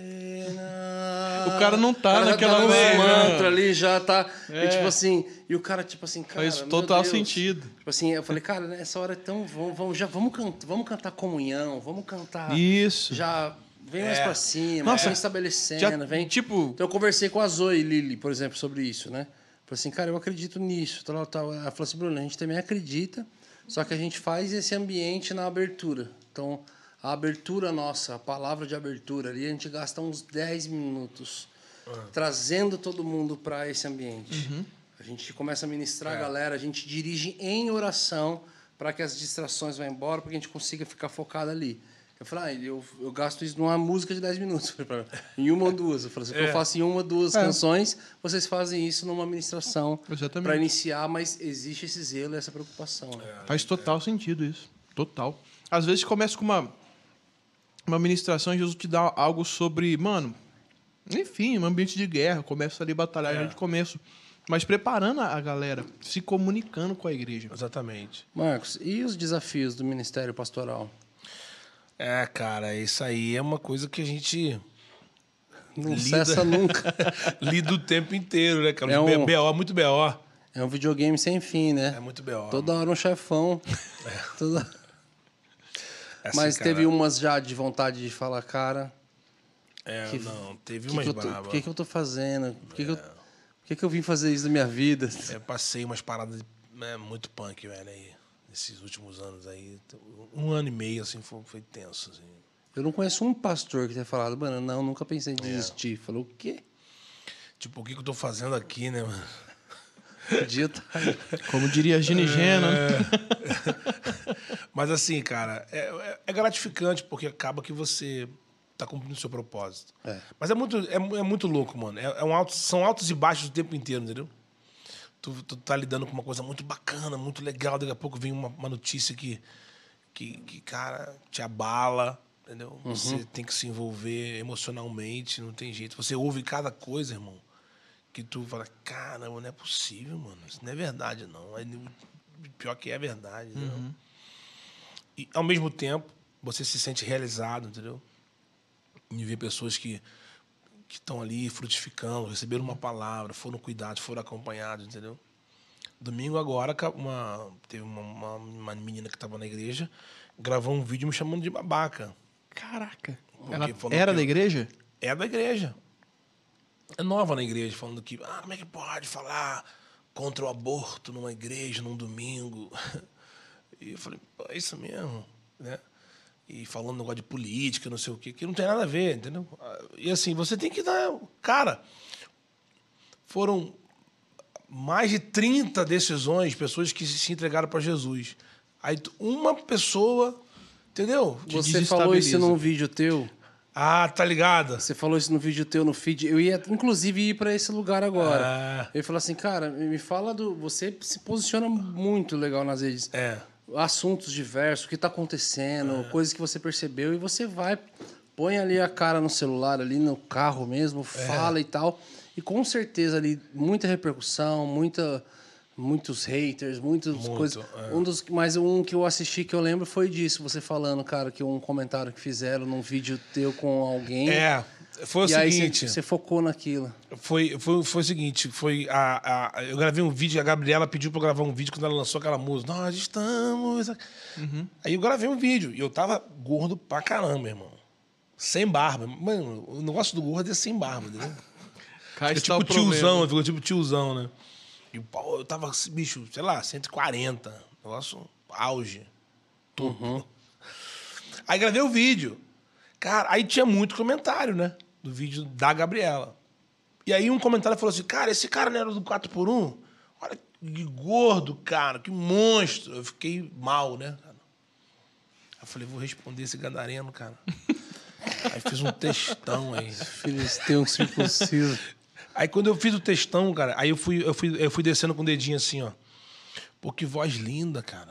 O cara não tá o cara já naquela tá nos vibe, mantra né? ali, já tá. É. E tipo assim, e o cara, tipo assim, cara. Faz meu total Deus. sentido. Tipo assim, eu falei, cara, nessa hora é tão. Vamos, vamos, já, vamos, can, vamos cantar comunhão, vamos cantar. Isso. Já vem mais É. pra cima, Nossa, vem estabelecendo, já, vem. tipo- Então eu conversei com a Zoe Lili, por exemplo, sobre isso, né? Falei assim, cara, eu acredito nisso. Tal, tal. Ela falou assim, Bruno, a gente também acredita, só que a gente faz esse ambiente na abertura. Então, a abertura nossa, a palavra de abertura ali, a gente gasta uns dez minutos trazendo todo mundo para esse ambiente. A gente começa a ministrar a galera, a gente dirige em oração para que as distrações vão embora, para que a gente consiga ficar focado ali. Eu falei, ah, eu, eu gasto isso numa música de dez minutos, em uma ou duas. Eu falei, se eu faço em uma ou duas É. canções, vocês fazem isso numa ministração Exatamente. para iniciar, mas existe esse zelo e essa preocupação. né? Faz total sentido isso. Total. Às vezes começa com uma, uma ministração e Jesus te dá algo sobre, mano, enfim, um ambiente de guerra, começa ali a batalhar já de começo. Mas preparando a galera, se comunicando com a igreja. Exatamente. Marcos, e os desafios do ministério pastoral? É, cara, isso aí é uma coisa que a gente Não Lida. cessa nunca. lida o tempo inteiro, né, cara? É Os um- B O, muito B O. É um videogame sem fim, né? É muito B O. Toda hora um chefão. Toda... Assim, Mas cara, teve umas já de vontade de falar, cara, É, que- não, teve o que, umas que, eu tô, bravas. por que, que eu tô fazendo? Por que, que, eu, por que, que eu vim fazer isso na minha vida? Eu passei umas paradas né, muito punk, velho, aí. Nesses últimos anos aí. Um ano e meio, assim, foi, foi tenso, assim. Eu não conheço um pastor que tenha falado, mano, não, nunca pensei em desistir. Falou, o quê? Tipo, o que, que eu tô fazendo aqui, né, mano? Podia tá aí. Como diria a Gine Gena, né? Mas assim, cara, é, é- é gratificante porque acaba que você tá cumprindo o seu propósito. É. Mas é muito, é, mu- é muito louco, mano. É, é um alto, são altos e baixos o tempo inteiro, entendeu? Tu, tu tá lidando com uma coisa muito bacana, muito legal. Daqui a pouco vem uma, uma notícia que, que, que, cara, te abala, entendeu? Você tem que se envolver emocionalmente, não tem jeito. Você ouve cada coisa, irmão, que tu fala, caramba, não é possível, mano. Isso não é verdade, não. É, pior que é verdade, entendeu? E, ao mesmo tempo, você se sente realizado, entendeu? Em ver pessoas que que estão ali frutificando, receberam uma palavra, foram cuidados, foram acompanhados, entendeu? Domingo agora, ca- uma, teve uma, uma, uma menina que estava na igreja, gravou um vídeo me chamando de babaca. Caraca. Porque Ela falou era que- da igreja? É da igreja. É nova na igreja, falando que, ah, como é que pode falar contra o aborto numa igreja, num domingo? E eu falei, pô, é isso mesmo, né? E falando negócio de política, não sei o quê, que não tem nada a ver, entendeu? E assim, você tem que dar... Cara, foram mais de trinta decisões, pessoas que se entregaram para Jesus. Aí tu- uma pessoa, entendeu? Te Você falou isso desestabiliza. num vídeo teu. Ah, tá ligado? Você falou isso no vídeo teu, no feed. Eu ia, inclusive, ir para esse lugar agora. Ah. Ele falou assim, cara, me fala do... Você se posiciona muito legal nas redes. É. Assuntos diversos, o que está acontecendo, coisas que você percebeu, e você vai, põe ali a cara no celular, ali no carro mesmo, fala e tal. E com certeza ali, muita repercussão, muita, muitos haters, muitas Muito, coisas. é. Um dos, mas um que eu assisti que eu lembro foi disso, você falando, cara, que um comentário que fizeram num vídeo teu com alguém. É, foi o e aí seguinte... você- você focou naquilo. Foi, foi, foi o seguinte, foi a, a, eu gravei um vídeo, a Gabriela pediu pra eu gravar um vídeo quando ela lançou aquela música. Nós estamos... aqui. Uhum. Aí eu gravei um vídeo e eu tava gordo pra caramba, irmão. Sem barba. Mano, o negócio do gordo é sem barba, entendeu? Cá Fica está tipo o problema. tiozão, ficou tipo tiozão, né? E pô, eu tava, bicho, sei lá, cento e quarenta. Negócio auge. Tudo. Aí gravei o vídeo. Cara, aí tinha muito comentário, né? Do vídeo da Gabriela. E aí um comentário falou assim, cara, esse cara não era do quatro por um? Olha que gordo, cara, que monstro. Eu fiquei mal, né? Aí eu falei, vou responder esse gadareno, cara. Aí fiz um textão aí. Filhos tem um circunciso. Aí quando eu fiz o textão, cara, aí eu fui, eu fui, eu fui descendo com o dedinho assim, ó. Pô, que voz linda, cara.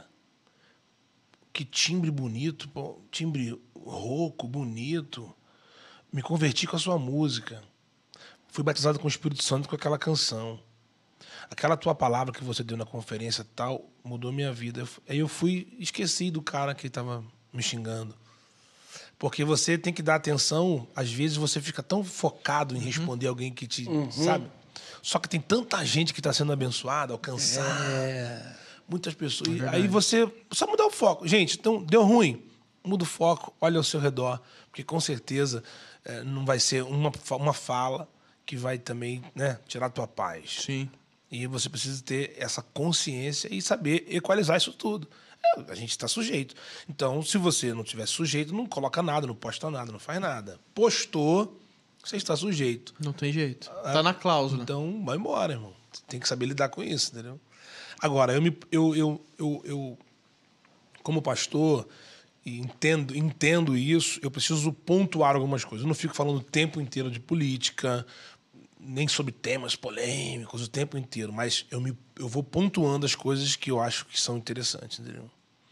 Que timbre bonito, pô, timbre rouco, bonito. Me converti com a sua música. Fui batizado com o Espírito Santo com aquela canção. Aquela tua palavra que você deu na conferência tal, mudou minha vida. Aí eu fui, esqueci do cara que estava me xingando. Porque você tem que dar atenção, às vezes você fica tão focado em responder alguém que te, sabe? Só que tem tanta gente que está sendo abençoada, alcançada. É. Muitas pessoas. E aí você só mudar o foco. Gente, então deu ruim. Muda o foco, olha ao seu redor, porque com certeza é, não vai ser uma, fa- uma fala que vai também, né, tirar a tua paz. Sim. E você precisa ter essa consciência e saber equalizar isso tudo. É, a gente está sujeito. Então, se você não tiver sujeito, não coloca nada, não posta nada, não faz nada. Postou, você está sujeito. Não tem jeito. Tá na cláusula. Então, vai embora, irmão. Você tem que saber lidar com isso, entendeu? Agora, eu, me, eu, eu, eu, eu como pastor, e entendo, entendo isso, eu preciso pontuar algumas coisas. Eu não fico falando o tempo inteiro de política, nem sobre temas polêmicos o tempo inteiro, mas eu, me, eu vou pontuando as coisas que eu acho que são interessantes, entendeu?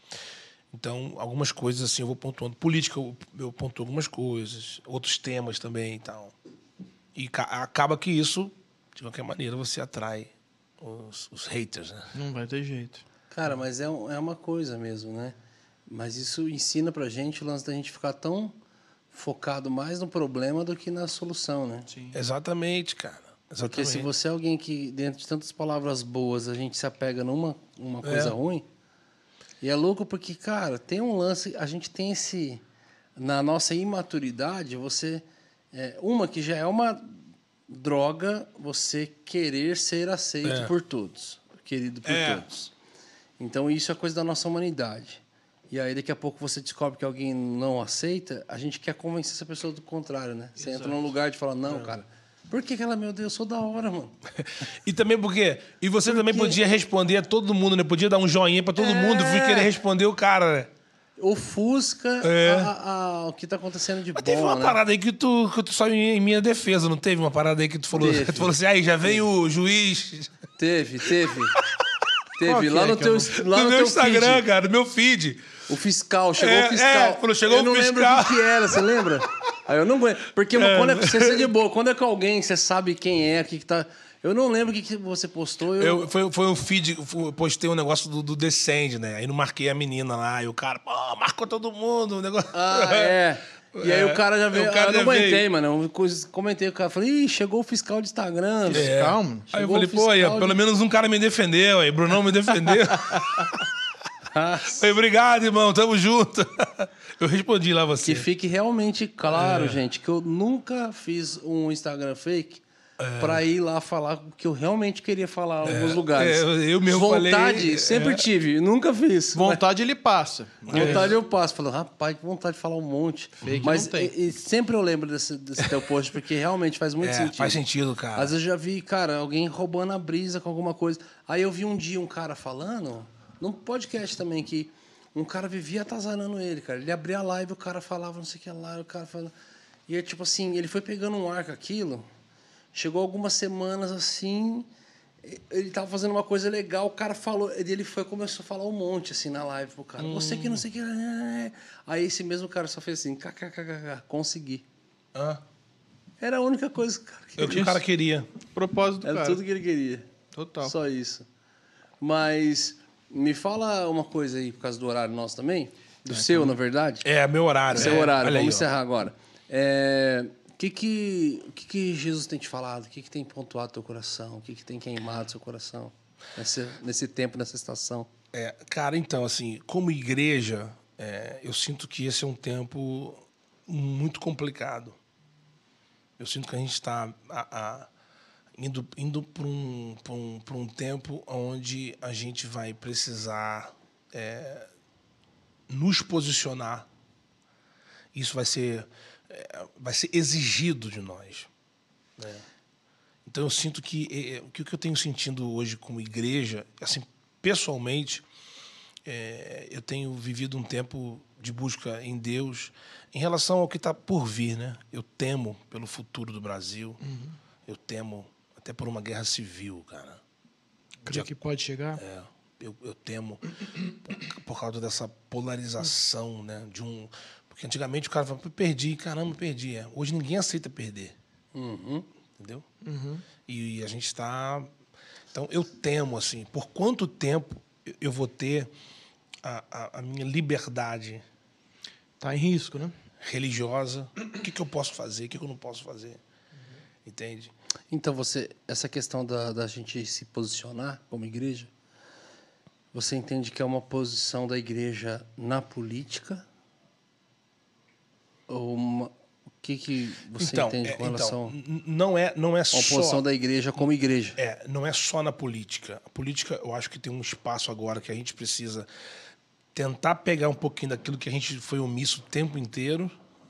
Então, algumas coisas assim eu vou pontuando. Política, eu, eu pontuo algumas coisas, outros temas também e tal. E ca- acaba que isso, de qualquer maneira, você atrai os, os haters, né? Não vai ter jeito. Cara, mas é, um- é uma coisa mesmo, né? Mas isso ensina pra gente o lance da gente ficar tão focado mais no problema do que na solução, né? Sim. Exatamente, cara. Porque Exatamente. se você é alguém que, dentro de tantas palavras boas, a gente se apega numa uma coisa É. ruim. E é louco porque, cara, tem um lance, a gente tem esse. Na nossa imaturidade, você. É, uma que já é uma droga você querer ser aceito É. por todos, querido por É. todos. Então isso é coisa da nossa humanidade. E aí daqui a pouco você descobre que alguém não aceita, a gente quer convencer essa pessoa do contrário, né? Você entra num lugar de falar, não, cara, por que que ela, meu Deus, eu sou da hora, mano? E também porque. E você também Porque- podia responder a todo mundo, né? Podia dar um joinha pra todo É. mundo e querer responder o cara, né? Ofusca É. a- a- o que tá acontecendo de Mas bom, teve uma né? parada aí que tu, que tu saiu em minha defesa, não teve uma parada aí que tu falou, Teve. tu falou assim, aí já vem o juiz. Teve, teve. Qual Teve. que Lá é no que teu, eu não- lá no no meu teu Instagram, feed. cara, no meu feed. O fiscal, chegou É, o fiscal. é, falou, chegou eu o não lembro fiscal. o que, que era, você lembra? Aí eu não aguento. Porque quando é, você é de boa, quando é com alguém, você sabe quem é, o que, que tá. Eu não lembro o que, que você postou. Eu, Eu, foi, foi um feed, eu postei um negócio do, do Descend, né? Aí não marquei a menina lá, e o cara, pô, marcou todo mundo, o negócio. Ah, é. E aí É, o cara já veio. o cara eu não já veio. aguentei, mano. Eu coisa- comentei com o cara. Falei, ih, chegou o fiscal de Instagram. É. Calma. Aí eu Chegou falei, o pô, aí, ó, fiscal pelo de- menos um cara me defendeu, aí Brunão me defendeu. Falei, obrigado, irmão, tamo junto. Eu respondi lá você. Que fique realmente claro, É. gente, que eu nunca fiz um Instagram fake pra ir lá falar o que eu realmente queria falar em alguns lugares. É, eu- eu mesmo Vontade, falei, sempre é. tive, nunca fiz. Vontade ele passa. Mas vontade eu passo. Falo, rapaz, que vontade de falar um monte. Fake Mas não tem. E, e sempre eu lembro desse, desse teu post, porque realmente faz muito É, sentido. faz sentido, cara. Às vezes eu já vi, cara, alguém roubando a brisa com alguma coisa. Aí eu vi um dia um cara falando, num podcast também, que um cara vivia atazanando ele, cara. Ele abria a live, o cara falava não sei o que lá, o cara falava... E é tipo assim, ele foi pegando um ar com aquilo, chegou algumas semanas assim, ele tava fazendo uma coisa legal, o cara falou, ele foi começou a falar um monte assim na live pro cara. Você que não sei o que... Aí esse mesmo cara só fez assim, kkkk, consegui. Hã? Era a única coisa que o cara É o que queria. o cara queria. Propósito, Era cara. tudo que ele queria. Total. Só isso. Mas me fala uma coisa aí, por causa do horário nosso também. Do seu, na verdade. É, meu horário. Seu é. horário, Olha vamos aí, ó. encerrar agora. É, que que, o que, que Jesus tem te falado? O que, que tem pontuado teu coração? O que, que tem queimado seu coração nesse, nesse tempo, nessa estação? É, cara, então, assim, como igreja, é, eu sinto que esse é um tempo muito complicado. Eu sinto que a gente está indo, indo para um, pra um, pra um tempo onde a gente vai precisar é, nos posicionar. Isso vai ser, é, vai ser exigido de nós. Né? Então, eu sinto que é, o que eu tenho sentido hoje como igreja, assim, pessoalmente, é, eu tenho vivido um tempo de busca em Deus em relação ao que está por vir, né? Eu temo pelo futuro do Brasil. Uhum. Eu temo até por uma guerra civil, cara. O dia que pode chegar? É, eu, eu temo por, por causa dessa polarização, né? De um, porque antigamente o cara falava, perdi, caramba, perdi. É. Hoje ninguém aceita perder. Uhum. Entendeu? Uhum. E, e a gente está... Então, eu temo, assim, por quanto tempo eu vou ter a, a, a minha liberdade... Tá em risco, né? Religiosa. O que, que eu posso fazer, o que, que eu não posso fazer. Uhum. Entende? Então, você, essa questão da, da gente se posicionar como igreja, você entende que é uma posição da igreja na política? Ou uma, o que, que você então, entende é, com relação então, não é, não é a só... uma posição da igreja como igreja? É, não é só na política. A política, eu acho que tem um espaço agora que a gente precisa tentar pegar um pouquinho daquilo que a gente foi omisso o tempo inteiro.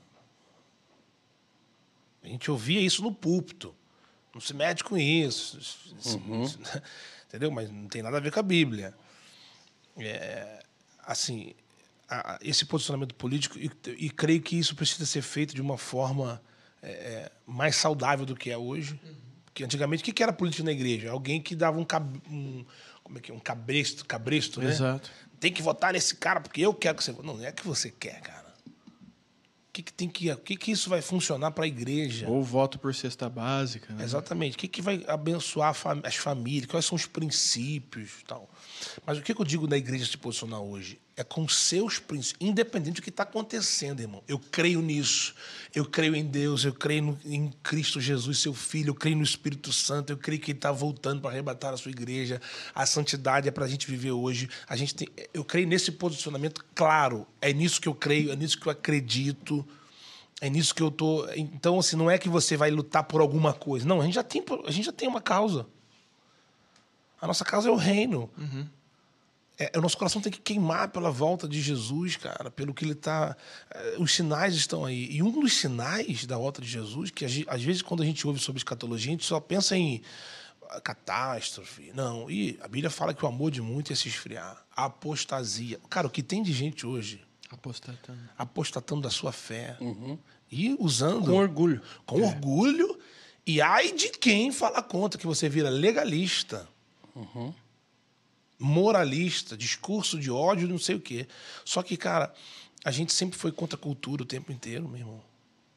A gente ouvia isso no púlpito. Não se mete com isso. Uhum. Entendeu? Mas não tem nada a ver com a Bíblia. É, assim, a, esse posicionamento político, e, e creio que isso precisa ser feito de uma forma é, mais saudável do que é hoje. Uhum. Porque antigamente, o que era política na igreja? Alguém que dava um, cab, um, como é que é? um cabresto, cabresto, né? Exato. Tem que votar nesse cara porque eu quero que você... Não, não é que você quer, cara. O que, que, tem que, o que, que isso vai funcionar para a igreja? Ou voto por cesta básica. Né? Exatamente. O que, que vai abençoar fam as famílias? Quais são os princípios e tal? Mas o que, que eu digo da igreja se posicionar hoje? É com seus princípios, independente do que está acontecendo, irmão. Eu creio nisso. Eu creio em Deus. Eu creio no, em Cristo Jesus, seu Filho. Eu creio no Espírito Santo. Eu creio que Ele está voltando para arrebatar a sua igreja. A santidade é para a gente viver hoje. A gente tem, eu creio nesse posicionamento claro. É nisso que eu creio, é nisso que eu acredito. É nisso que eu tô. Então, assim, não é que você vai lutar por alguma coisa. Não, a gente já tem, a gente já tem uma causa. A nossa causa é o reino. Uhum. É, o nosso coração tem que queimar pela volta de Jesus, cara, pelo que ele está... Os sinais estão aí. E um dos sinais da volta de Jesus, que às vezes quando a gente ouve sobre escatologia, a gente só pensa em catástrofe. Não, e a Bíblia fala que o amor de muito é se esfriar. A apostasia. Cara, o que tem de gente hoje... Apostatando. Apostatando da sua fé. Uhum. E usando... Com orgulho. Com é. orgulho. E ai de quem fala contra, que você vira legalista. Uhum. Moralista, discurso de ódio, não sei o quê. Só que, cara, a gente sempre foi contra a cultura o tempo inteiro, meu irmão.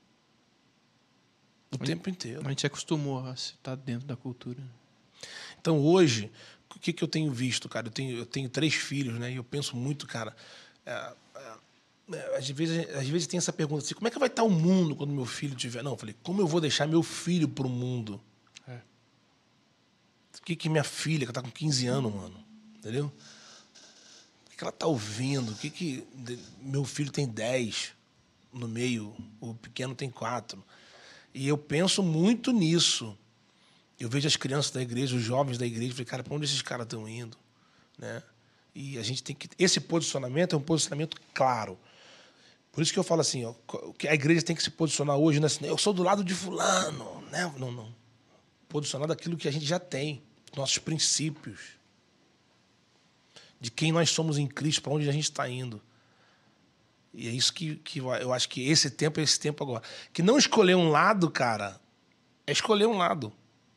O a tempo gente, inteiro. A gente acostumou a estar dentro da cultura. Então, hoje, o que, que eu tenho visto, cara? Eu tenho, eu tenho três filhos, né? E eu penso muito, cara... É, é, às, vezes, às vezes tem essa pergunta assim, como é que vai estar o mundo quando meu filho tiver... Não, eu falei, como eu vou deixar meu filho pro mundo? É. O que, que minha filha, que tá com quinze anos, mano... Entendeu? O que ela está ouvindo? O que que... Meu filho tem dez no meio, o pequeno tem quatro. E eu penso muito nisso. Eu vejo as crianças da igreja, os jovens da igreja, e falei, cara, para onde esses caras estão indo? Né? E a gente tem que... Esse posicionamento é um posicionamento claro. Por isso que eu falo assim, ó, que a igreja tem que se posicionar hoje, não é assim, eu sou do lado de fulano. Né? Não, não. Posicionar daquilo que a gente já tem, nossos princípios. De quem nós somos em Cristo, para onde a gente está indo. E é isso que, que eu acho que esse tempo é esse tempo agora. Que não escolher um lado, cara, é escolher um lado.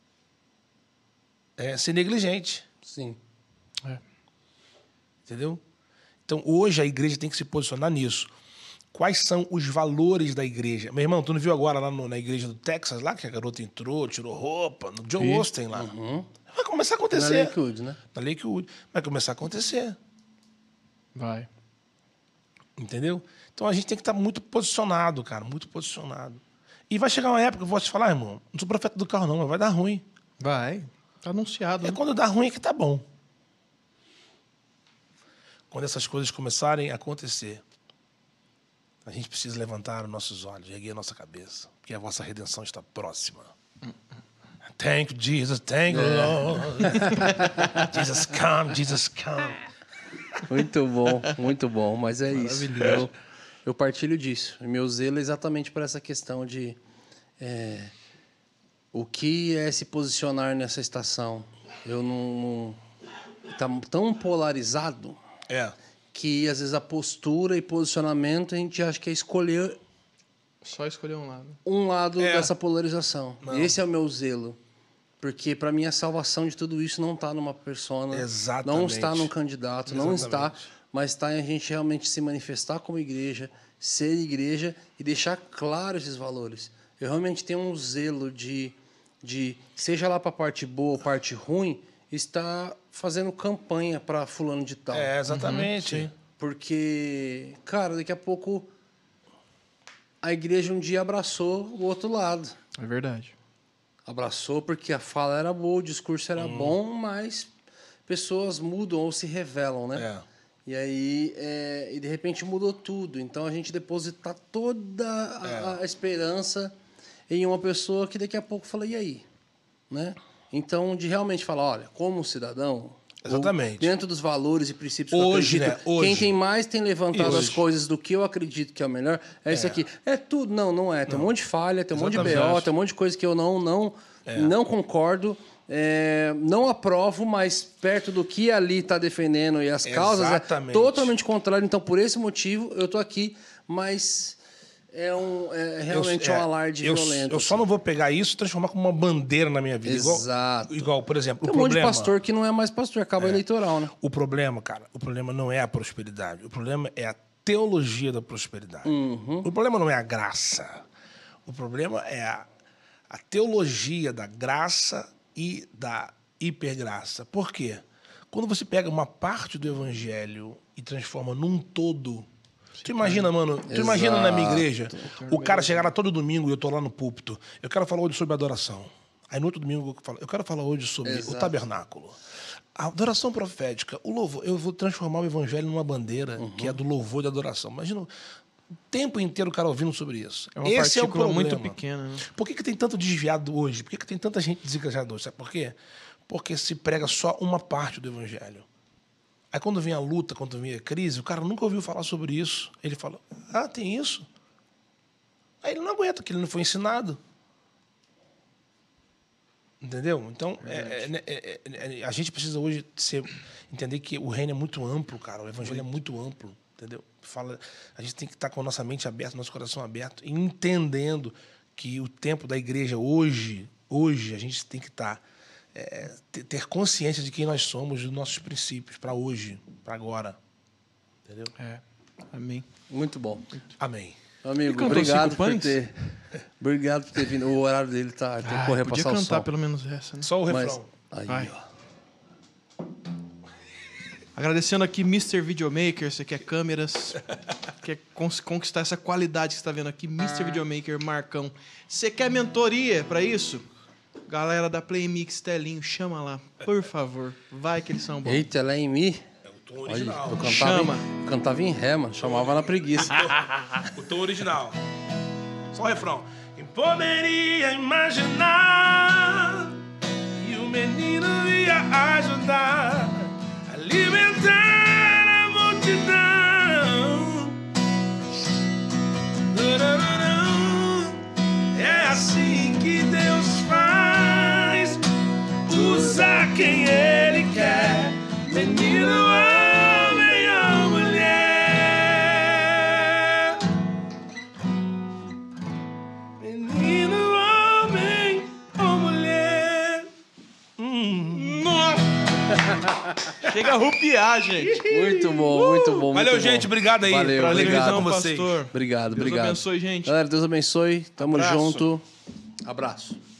É ser negligente. Sim. É. Entendeu? Então, hoje a igreja tem que se posicionar nisso. quais são os valores da igreja. Meu irmão, tu não viu agora lá no, na igreja do Texas, lá, que a garota entrou, tirou roupa, no John Vi. Osteen lá. Uhum. Vai começar a Na acontecer. Lakewood, né? Na Lakewood. Vai começar a acontecer. Vai. Entendeu? Então a gente tem que estar muito posicionado, cara, muito posicionado. E vai chegar uma época, eu vou te falar, irmão, não sou profeta do carro não, mas vai dar ruim. Vai. Tá anunciado. É né? quando dá ruim é que tá bom. Quando essas coisas começarem a acontecer, a gente precisa levantar os nossos olhos, erguer a nossa cabeça, porque a vossa redenção está próxima. Thank you, Jesus, thank you, Lord. Jesus come, Jesus come. Muito bom, muito bom. Mas é isso. Maravilhoso. Eu, eu partilho disso. E meu zelo é exatamente por essa questão de é, o que é se posicionar nessa estação. Eu não. Está tão polarizado É. que às vezes a postura e posicionamento a gente acha que é escolher Só escolher um lado. um lado É. dessa polarização. Não. Esse é o meu zelo. Porque, para mim, a salvação de tudo isso não está numa persona, Exatamente. não está num candidato, não está, Exatamente. mas está em a gente realmente se manifestar como igreja, ser igreja e deixar claro esses valores. Eu realmente tenho um zelo de, de seja lá para a parte boa ou parte ruim, estar fazendo campanha para fulano de tal. É, exatamente. Porque, cara, daqui a pouco a igreja um dia abraçou o outro lado. É verdade. Abraçou porque a fala era boa, o discurso era Hum. bom, mas pessoas mudam ou se revelam, né? É. E aí, é, e de repente mudou tudo. Então a gente depositar toda a, É. a esperança em uma pessoa que daqui a pouco fala, e aí? Né? Então, de realmente falar, olha, como cidadão, Exatamente. ou dentro dos valores e princípios que Hoje, eu acredito, né? Hoje. quem tem mais tem levantado Hoje. as coisas do que eu acredito que é o melhor, é, isso aqui. É tudo, não, não é. Tem um monte de falha, tem um monte de B O, Exatamente. tem um monte de coisa que eu não, não, não concordo, é, não aprovo, mas perto do que ali está defendendo e as causas Exatamente. é totalmente contrário. Então, por esse motivo, eu estou aqui, mas é, um, é realmente Eu- um é, alarde eu, violento. Eu só assim. não vou pegar isso e transformar como uma bandeira na minha vida. Exato. Igual, igual, por exemplo, Tem o um monte de problema... pastor que não é mais pastor, acaba eleitoral, né? O problema, cara, o problema não é a prosperidade. O problema é a teologia da prosperidade. Uhum. O problema não é a graça. O problema é a, a teologia da graça e da hipergraça. Por quê? Quando você pega uma parte do evangelho e transforma num todo... Tu imagina, mano, tu imagina na minha igreja, o cara chegar lá todo domingo e eu tô lá no púlpito. Eu quero falar hoje sobre adoração. Aí no outro domingo eu falo, eu quero falar hoje sobre Exato. o tabernáculo. A adoração profética, o louvor, eu vou transformar o evangelho numa bandeira que é do louvor e da adoração. Imagina o tempo inteiro o cara ouvindo sobre isso. É uma Esse é o partícula problema. muito pequena, né? Por que, que tem tanto desviado hoje? Por que, que tem tanta gente desencanjada hoje? Sabe por quê? Porque se prega só uma parte do evangelho. Aí quando vem a luta, quando vem a crise, o cara nunca ouviu falar sobre isso. Ele fala, ah, tem isso? Aí ele não aguenta, que ele não foi ensinado. Entendeu? Então, é, é, é, é, é, a gente precisa hoje ser, entender que o reino é muito amplo, cara. O evangelho é muito amplo, entendeu? Fala, a gente tem que estar com a nossa mente aberta, nosso coração aberto, e entendendo que o tempo da igreja hoje, hoje, a gente tem que estar... É, ter consciência de quem nós somos, dos nossos princípios, para hoje, para agora. Entendeu? É. Amém. Muito bom. Amém. Amigo, cantou obrigado Cinco por Pães? ter. Obrigado por ter vindo. O horário dele tá. Tem que Ah, correr podia passar o cantar som. pelo menos essa, né? Só o Mas, refrão. aí, Vai. ó. Agradecendo aqui mister Videomaker, você quer câmeras, quer cons- conquistar essa qualidade que você está vendo aqui, mister Videomaker, Marcão. Você quer mentoria para isso? Galera da Playmix, Telinho, chama lá, por favor. Vai que eles são bons. Eita, ela é em mi. É o tom Olha, original. eu cantava, Chama. Em, eu cantava em ré, mano. Chamava na preguiça. O tom original. Só o refrão. Quem poderia imaginar que o menino ia ajudar a alimentar a multidão? É assim que Deus faz, usa quem Ele quer, menino, homem ou mulher. Menino, homem ou mulher. Hum. Chega arrupiar, gente. Muito bom, muito bom. Valeu, muito gente. bom. Obrigado aí. Valeu, Prazer obrigado. com vocês. Pastor. Obrigado, Deus obrigado. abençoe, gente. Galera, Deus abençoe. Tamo Abraço. junto. Abraço.